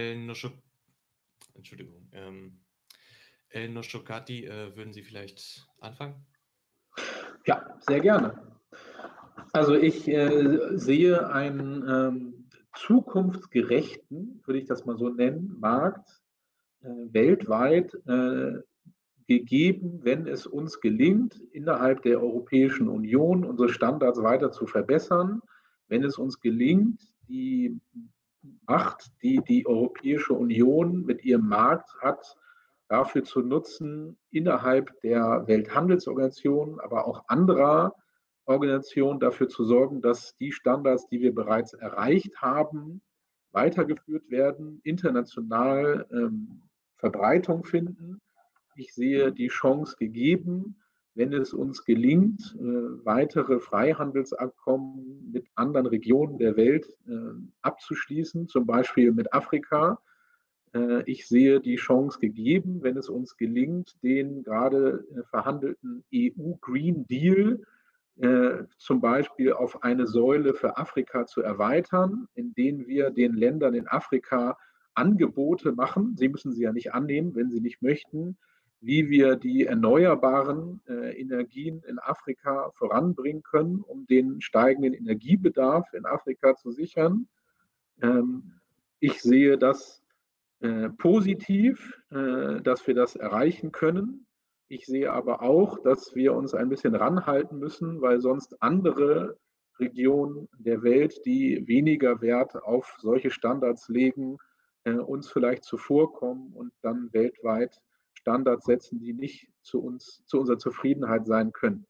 El-Noshokati, würden Sie vielleicht anfangen? Ja, sehr gerne. Also ich sehe einen zukunftsgerechten, würde ich das mal so nennen, Markt weltweit gegeben, wenn es uns gelingt, innerhalb der Europäischen Union unsere Standards weiter zu verbessern, wenn es uns gelingt, die Macht, die die Europäische Union mit ihrem Markt hat, dafür zu nutzen, innerhalb der Welthandelsorganisation, aber auch anderer Organisationen dafür zu sorgen, dass die Standards, die wir bereits erreicht haben, weitergeführt werden, international Verbreitung finden. Ich sehe die Chance gegeben, wenn es uns gelingt, weitere Freihandelsabkommen mit anderen Regionen der Welt abzuschließen, zum Beispiel mit Afrika. Ich sehe die Chance gegeben, wenn es uns gelingt, den gerade verhandelten EU-Green Deal zum Beispiel auf eine Säule für Afrika zu erweitern, indem wir den Ländern in Afrika Angebote machen. Sie müssen sie ja nicht annehmen, wenn sie nicht möchten, wie wir die erneuerbaren Energien in Afrika voranbringen können, um den steigenden Energiebedarf in Afrika zu sichern. Ich sehe das positiv, dass wir das erreichen können. Ich sehe aber auch, dass wir uns ein bisschen ranhalten müssen, weil sonst andere Regionen der Welt, die weniger Wert auf solche Standards legen, uns vielleicht zuvorkommen und dann weltweit Standards setzen, die nicht zu unserer Zufriedenheit sein können.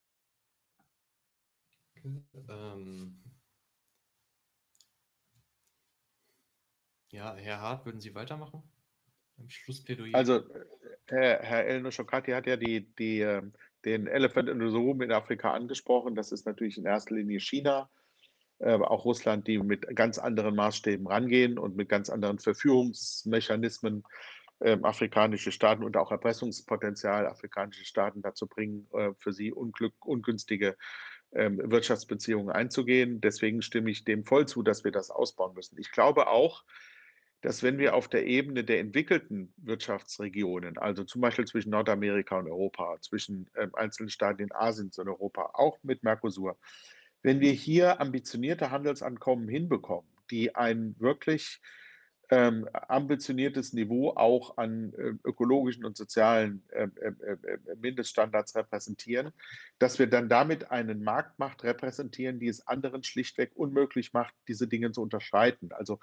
Ja, Herr Hart, würden Sie weitermachen? Im Schlussplädoyer. Also, Herr El Nashokati hat ja den Elephant in the Room in Afrika angesprochen. Das ist natürlich in erster Linie China, auch Russland, die mit ganz anderen Maßstäben rangehen und mit ganz anderen Verführungsmechanismen afrikanische Staaten und auch Erpressungspotenzial afrikanische Staaten dazu bringen, für sie ungünstige Wirtschaftsbeziehungen einzugehen. Deswegen stimme ich dem voll zu, dass wir das ausbauen müssen. Ich glaube auch, dass wenn wir auf der Ebene der entwickelten Wirtschaftsregionen, also zum Beispiel zwischen Nordamerika und Europa, zwischen einzelnen Staaten in Asien und Europa, auch mit Mercosur, wenn wir hier ambitionierte Handelsabkommen hinbekommen, die ein wirklich ambitioniertes Niveau auch an ökologischen und sozialen Mindeststandards repräsentieren, dass wir dann damit eine Marktmacht repräsentieren, die es anderen schlichtweg unmöglich macht, diese Dinge zu unterschreiten. Also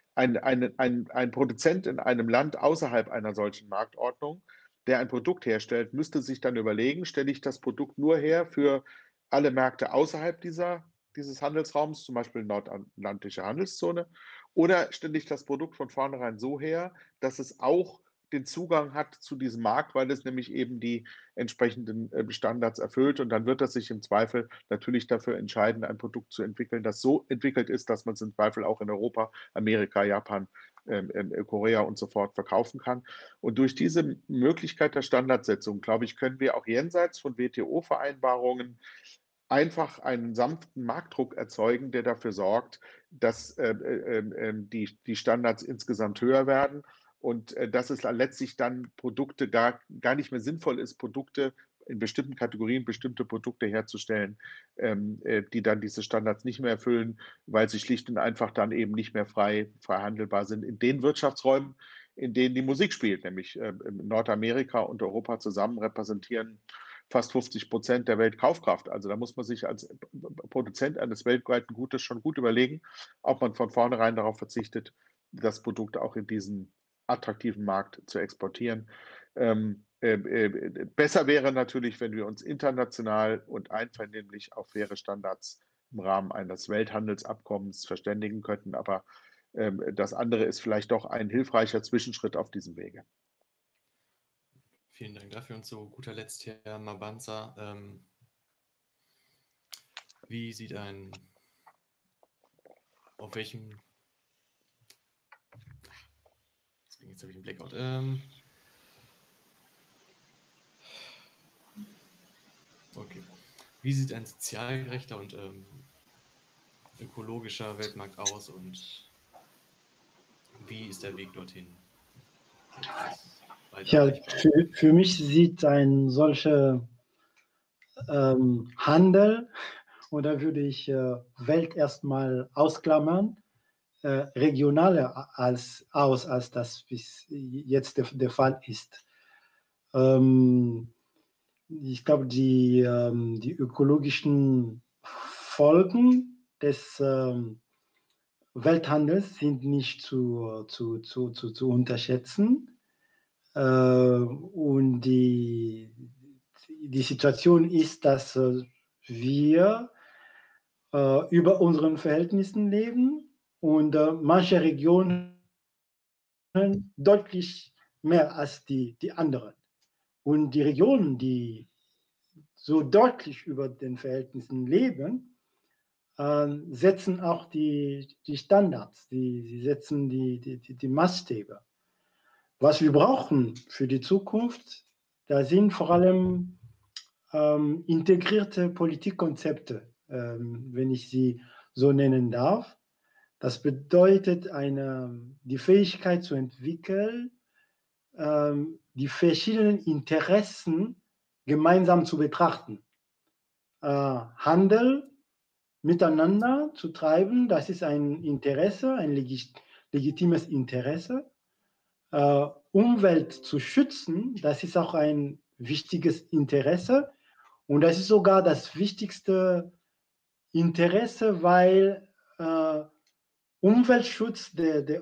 ein Produzent in einem Land außerhalb einer solchen Marktordnung, der ein Produkt herstellt, müsste sich dann überlegen, stelle ich das Produkt nur her für alle Märkte außerhalb dieses Handelsraums, zum Beispiel nordatlantische Handelszone, oder stelle ich das Produkt von vornherein so her, dass es auch den Zugang hat zu diesem Markt, weil es nämlich eben die entsprechenden Standards erfüllt. Und dann wird er sich im Zweifel natürlich dafür entscheiden, ein Produkt zu entwickeln, das so entwickelt ist, dass man es im Zweifel auch in Europa, Amerika, Japan, Korea und so fort verkaufen kann. Und durch diese Möglichkeit der Standardsetzung, glaube ich, können wir auch jenseits von WTO-Vereinbarungen einfach einen sanften Marktdruck erzeugen, der dafür sorgt, dass die Standards insgesamt höher werden und dass es letztlich dann Produkte gar nicht mehr sinnvoll ist, Produkte in bestimmten Kategorien bestimmte Produkte herzustellen, die dann diese Standards nicht mehr erfüllen, weil sie schlicht und einfach dann eben nicht mehr frei handelbar sind in den Wirtschaftsräumen, in denen die Musik spielt, nämlich Nordamerika und Europa zusammen repräsentieren fast 50% der Weltkaufkraft. Also da muss man sich als Produzent eines weltweiten Gutes schon gut überlegen, ob man von vornherein darauf verzichtet, das Produkt auch in diesen attraktiven Markt zu exportieren. Besser wäre natürlich, wenn wir uns international und einvernehmlich auf faire Standards im Rahmen eines Welthandelsabkommens verständigen könnten. Aber das andere ist vielleicht doch ein hilfreicher Zwischenschritt auf diesem Wege. Vielen Dank dafür. Und zu guter Letzt, Herr Mabanza, wie sieht auf welchem, jetzt habe ich einen Blackout, okay. Wie sieht ein sozial gerechter und ökologischer Weltmarkt aus und wie ist der Weg dorthin? Ja, für mich sieht ein solcher Handel, oder würde ich Welt erstmal ausklammern, regionaler aus, als das bis jetzt der Fall ist. Ich glaube, die ökologischen Folgen des Welthandels sind nicht zu unterschätzen. Und die Situation ist, dass wir über unseren Verhältnissen leben und manche Regionen deutlich mehr als die anderen. Und die Regionen, die so deutlich über den Verhältnissen leben, setzen auch die Standards, sie setzen die Maßstäbe. Was wir brauchen für die Zukunft, da sind vor allem integrierte Politikkonzepte, wenn ich sie so nennen darf. Das bedeutet, die Fähigkeit zu entwickeln, die verschiedenen Interessen gemeinsam zu betrachten. Handel miteinander zu treiben, das ist ein Interesse, ein legitimes Interesse. Umwelt zu schützen, das ist auch ein wichtiges Interesse. Und das ist sogar das wichtigste Interesse, weil Umweltschutz den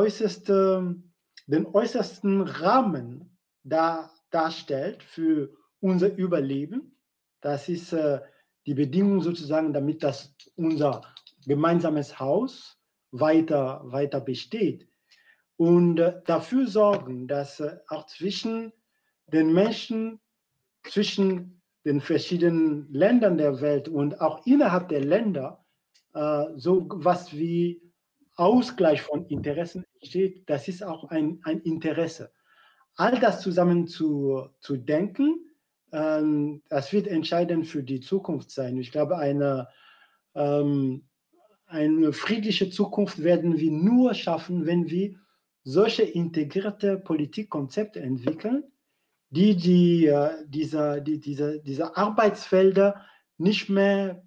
äußersten Rahmen darstellt für unser Überleben. Das ist die Bedingung sozusagen, damit unser gemeinsames Haus weiter besteht. Und dafür sorgen, dass auch zwischen den Menschen, zwischen den verschiedenen Ländern der Welt und auch innerhalb der Länder so was wie Ausgleich von Interessen entsteht, das ist auch ein Interesse. All das zusammen zu denken, das wird entscheidend für die Zukunft sein. Ich glaube, eine friedliche Zukunft werden wir nur schaffen, wenn wir solche integrierte Politikkonzepte entwickeln, die diese Arbeitsfelder nicht mehr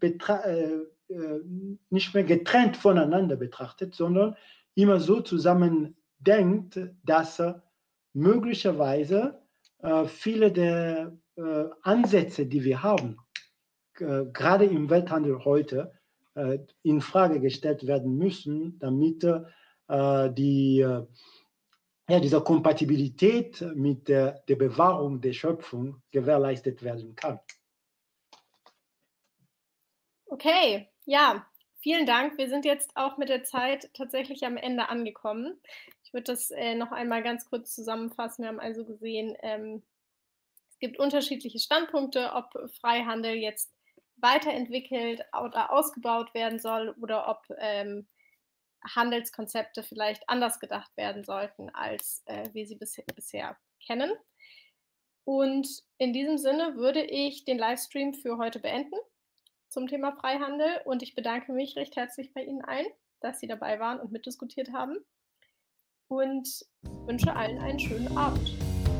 getrennt voneinander betrachtet, sondern immer so zusammen denkt, dass möglicherweise viele der Ansätze, die wir haben, gerade im Welthandel heute, in Frage gestellt werden müssen, damit diese Kompatibilität mit der Bewahrung der Schöpfung gewährleistet werden kann. Okay, ja, vielen Dank. Wir sind jetzt auch mit der Zeit tatsächlich am Ende angekommen. Ich würde das noch einmal ganz kurz zusammenfassen. Wir haben also gesehen, es gibt unterschiedliche Standpunkte, ob Freihandel jetzt weiterentwickelt oder ausgebaut werden soll oder ob Handelskonzepte vielleicht anders gedacht werden sollten, als wir sie bisher kennen. Und in diesem Sinne würde ich den Livestream für heute beenden zum Thema Freihandel und ich bedanke mich recht herzlich bei Ihnen allen, dass Sie dabei waren und mitdiskutiert haben und wünsche allen einen schönen Abend.